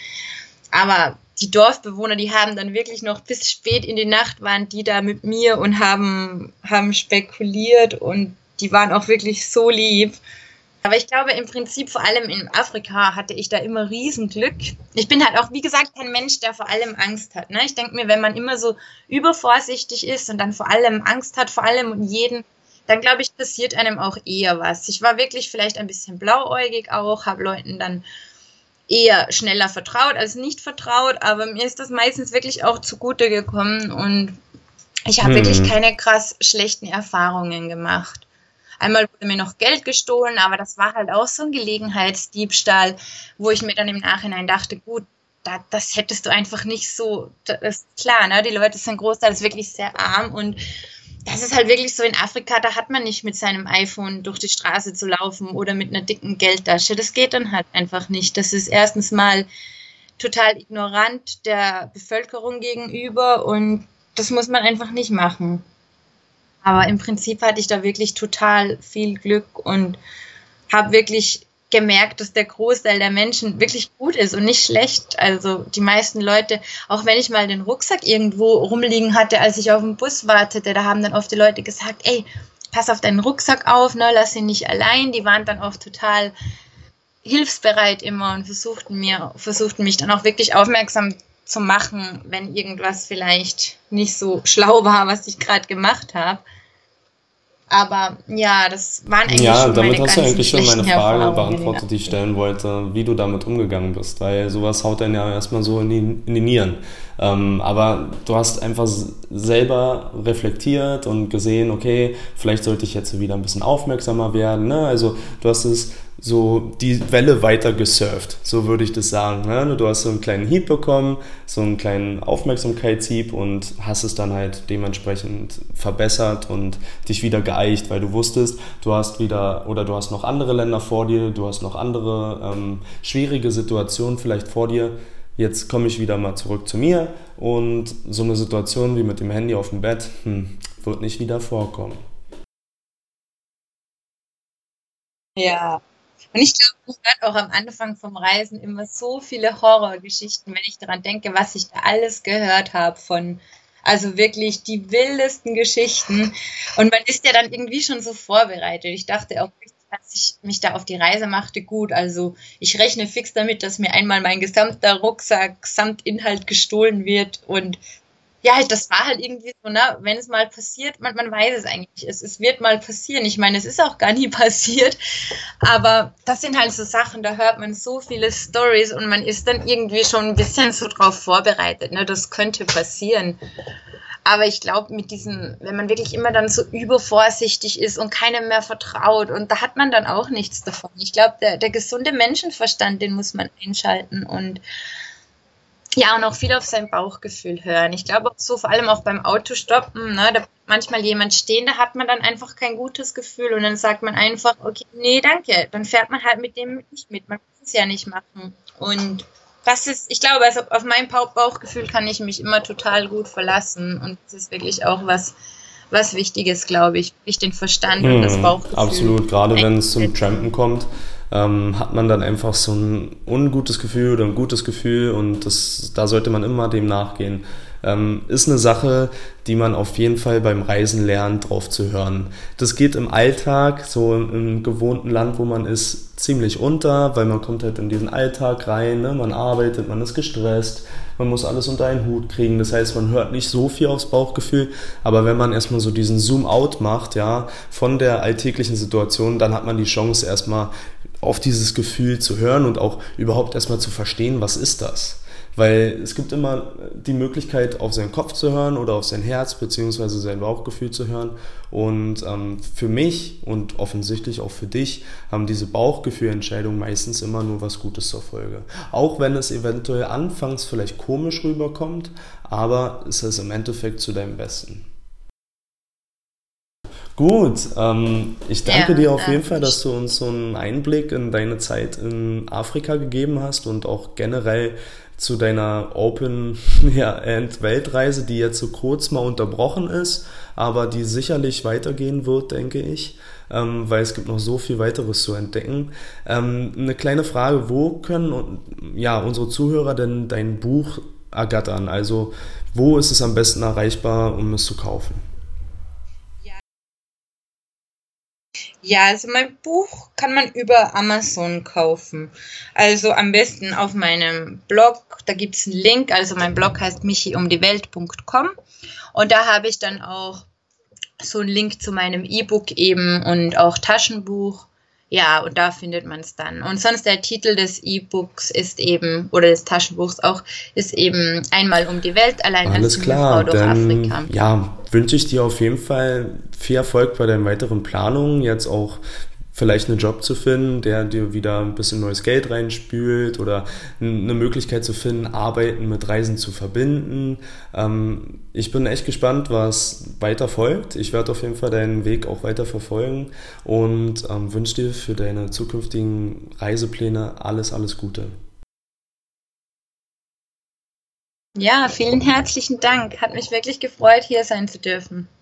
Aber die Dorfbewohner, die haben dann wirklich noch bis spät in die Nacht waren die da mit mir und haben, haben spekuliert und die waren auch wirklich so lieb. Aber ich glaube im Prinzip vor allem in Afrika hatte ich da immer Riesenglück. Ich bin halt auch, wie gesagt, kein Mensch, der vor allem Angst hat. Ne? Ich denke mir, wenn man immer so übervorsichtig ist und dann vor allem Angst hat, vor allem und jeden, dann glaube ich, passiert einem auch eher was. Ich war wirklich vielleicht ein bisschen blauäugig auch, habe Leuten dann eher schneller vertraut als nicht vertraut, aber mir ist das meistens wirklich auch zugute gekommen und ich habe hm. wirklich keine krass schlechten Erfahrungen gemacht. Einmal wurde mir noch Geld gestohlen, aber das war halt auch so ein Gelegenheitsdiebstahl, wo ich mir dann im Nachhinein dachte, gut, da, das hättest du einfach nicht so, das ist klar, ne? Die Leute sind großteils wirklich sehr arm und das ist halt wirklich so in Afrika, da hat man nicht mit seinem iPhone durch die Straße zu laufen oder mit einer dicken Geldtasche. Das geht dann halt einfach nicht. Das ist erstens mal total ignorant der Bevölkerung gegenüber und das muss man einfach nicht machen. Aber im Prinzip hatte ich da wirklich total viel Glück und habe wirklich gemerkt, dass der Großteil der Menschen wirklich gut ist und nicht schlecht. Also die meisten Leute, auch wenn ich mal den Rucksack irgendwo rumliegen hatte, als ich auf den Bus wartete, da haben dann oft die Leute gesagt, ey, pass auf deinen Rucksack auf, ne, lass ihn nicht allein. Die waren dann oft total hilfsbereit immer und versuchten mir, versuchten mich dann auch wirklich aufmerksam zu machen, wenn irgendwas vielleicht nicht so schlau war, was ich gerade gemacht habe. Aber ja, das waren eigentlich Ja, schon damit meine hast du ganzen eigentlich schon meine schlechten Frage Erfahrungen in den beantwortet, die ich stellen wollte, wie du damit umgegangen bist, weil sowas haut dann ja erstmal so in die, in die Nieren. Ähm, aber du hast einfach s- selber reflektiert und gesehen, okay, vielleicht sollte ich jetzt wieder ein bisschen aufmerksamer werden. Ne? Also du hast es so die Welle weiter gesurft, so würde ich das sagen. Ne? Du hast so einen kleinen Hieb bekommen, so einen kleinen Aufmerksamkeitshieb und hast es dann halt dementsprechend verbessert und dich wieder geeicht, weil du wusstest, du hast wieder oder du hast noch andere Länder vor dir, du hast noch andere ähm, schwierige Situationen vielleicht vor dir. Jetzt komme ich wieder mal zurück zu mir und so eine Situation wie mit dem Handy auf dem Bett, hm, wird nicht wieder vorkommen. Ja. Und ich glaube, ich hatte auch am Anfang vom Reisen immer so viele Horrorgeschichten, wenn ich daran denke, was ich da alles gehört habe von, also wirklich die wildesten Geschichten. Und man ist ja dann irgendwie schon so vorbereitet. Ich dachte auch, als ich mich da auf die Reise machte, gut, also ich rechne fix damit, dass mir einmal mein gesamter Rucksack samt Inhalt gestohlen wird und ja, das war halt irgendwie so, ne, wenn es mal passiert, man, man weiß es eigentlich, es, es wird mal passieren. Ich meine, es ist auch gar nie passiert, aber das sind halt so Sachen, da hört man so viele Stories und man ist dann irgendwie schon ein bisschen so drauf vorbereitet, ne, das könnte passieren. Aber ich glaube, mit diesem, wenn man wirklich immer dann so übervorsichtig ist und keinem mehr vertraut und da hat man dann auch nichts davon. Ich glaube, der, der gesunde Menschenverstand, den muss man einschalten und ja, und auch viel auf sein Bauchgefühl hören. Ich glaube auch so, vor allem auch beim Autostoppen, ne, da bleibt manchmal jemand stehen, da hat man dann einfach kein gutes Gefühl und dann sagt man einfach, okay, nee, danke, dann fährt man halt mit dem nicht mit, man muss es ja nicht machen. Und das ist, ich glaube, also auf mein Bauch- Bauchgefühl kann ich mich immer total gut verlassen und das ist wirklich auch was, was Wichtiges, glaube ich, wirklich den Verstand und das Hm, Bauchgefühl absolut, gerade wenn es zum einzusetzen. Trampen kommt, ähm, hat man dann einfach so ein ungutes Gefühl oder ein gutes Gefühl und das, da sollte man immer dem nachgehen. Ähm, ist eine Sache, die man auf jeden Fall beim Reisen lernt, drauf zu hören. Das geht im Alltag, so im, im gewohnten Land, wo man ist, ziemlich unter, weil man kommt halt in diesen Alltag rein, ne? Man arbeitet, man ist gestresst, man muss alles unter einen Hut kriegen. Das heißt, man hört nicht so viel aufs Bauchgefühl, aber wenn man erstmal so diesen Zoom-out macht, ja, von der alltäglichen Situation, dann hat man die Chance erstmal auf dieses Gefühl zu hören und auch überhaupt erstmal zu verstehen, was ist das? Weil es gibt immer die Möglichkeit, auf seinen Kopf zu hören oder auf sein Herz beziehungsweise sein Bauchgefühl zu hören. Und ähm, für mich und offensichtlich auch für dich haben diese Bauchgefühlentscheidungen meistens immer nur was Gutes zur Folge. Auch wenn es eventuell anfangs vielleicht komisch rüberkommt, aber es ist im Endeffekt zu deinem Besten. Gut, ähm, ich danke Ja, dir auf ja, jeden Fall, das dass du uns so einen Einblick in deine Zeit in Afrika gegeben hast und auch generell zu deiner Open ja, End Weltreise, die jetzt so kurz mal unterbrochen ist, aber die sicherlich weitergehen wird, denke ich, ähm, weil es gibt noch so viel weiteres zu entdecken. Ähm, eine kleine Frage, wo können ja unsere Zuhörer denn dein Buch ergattern? Also wo ist es am besten erreichbar, um es zu kaufen? Ja, also mein Buch kann man über Amazon kaufen. Also am besten auf meinem Blog, da gibt's einen Link. Also mein Blog heißt michiumdiewelt punkt com und da habe ich dann auch so einen Link zu meinem E-Book eben und auch Taschenbuch. Ja, und da findet man es dann. Und sonst der Titel des E-Books ist eben, oder des Taschenbuchs auch, ist eben Einmal um die Welt, allein als Alles Singlefrau klar, durch dann Afrika. ja, wünsche ich dir auf jeden Fall viel Erfolg bei deinen weiteren Planungen, jetzt auch vielleicht einen Job zu finden, der dir wieder ein bisschen neues Geld reinspült oder eine Möglichkeit zu finden, Arbeiten mit Reisen zu verbinden. Ähm, ich bin echt gespannt, was weiter folgt. Ich werde auf jeden Fall deinen Weg auch weiter verfolgen und ähm, wünsche dir für deine zukünftigen Reisepläne alles, alles Gute. Ja, vielen herzlichen Dank. Hat mich wirklich gefreut, hier sein zu dürfen.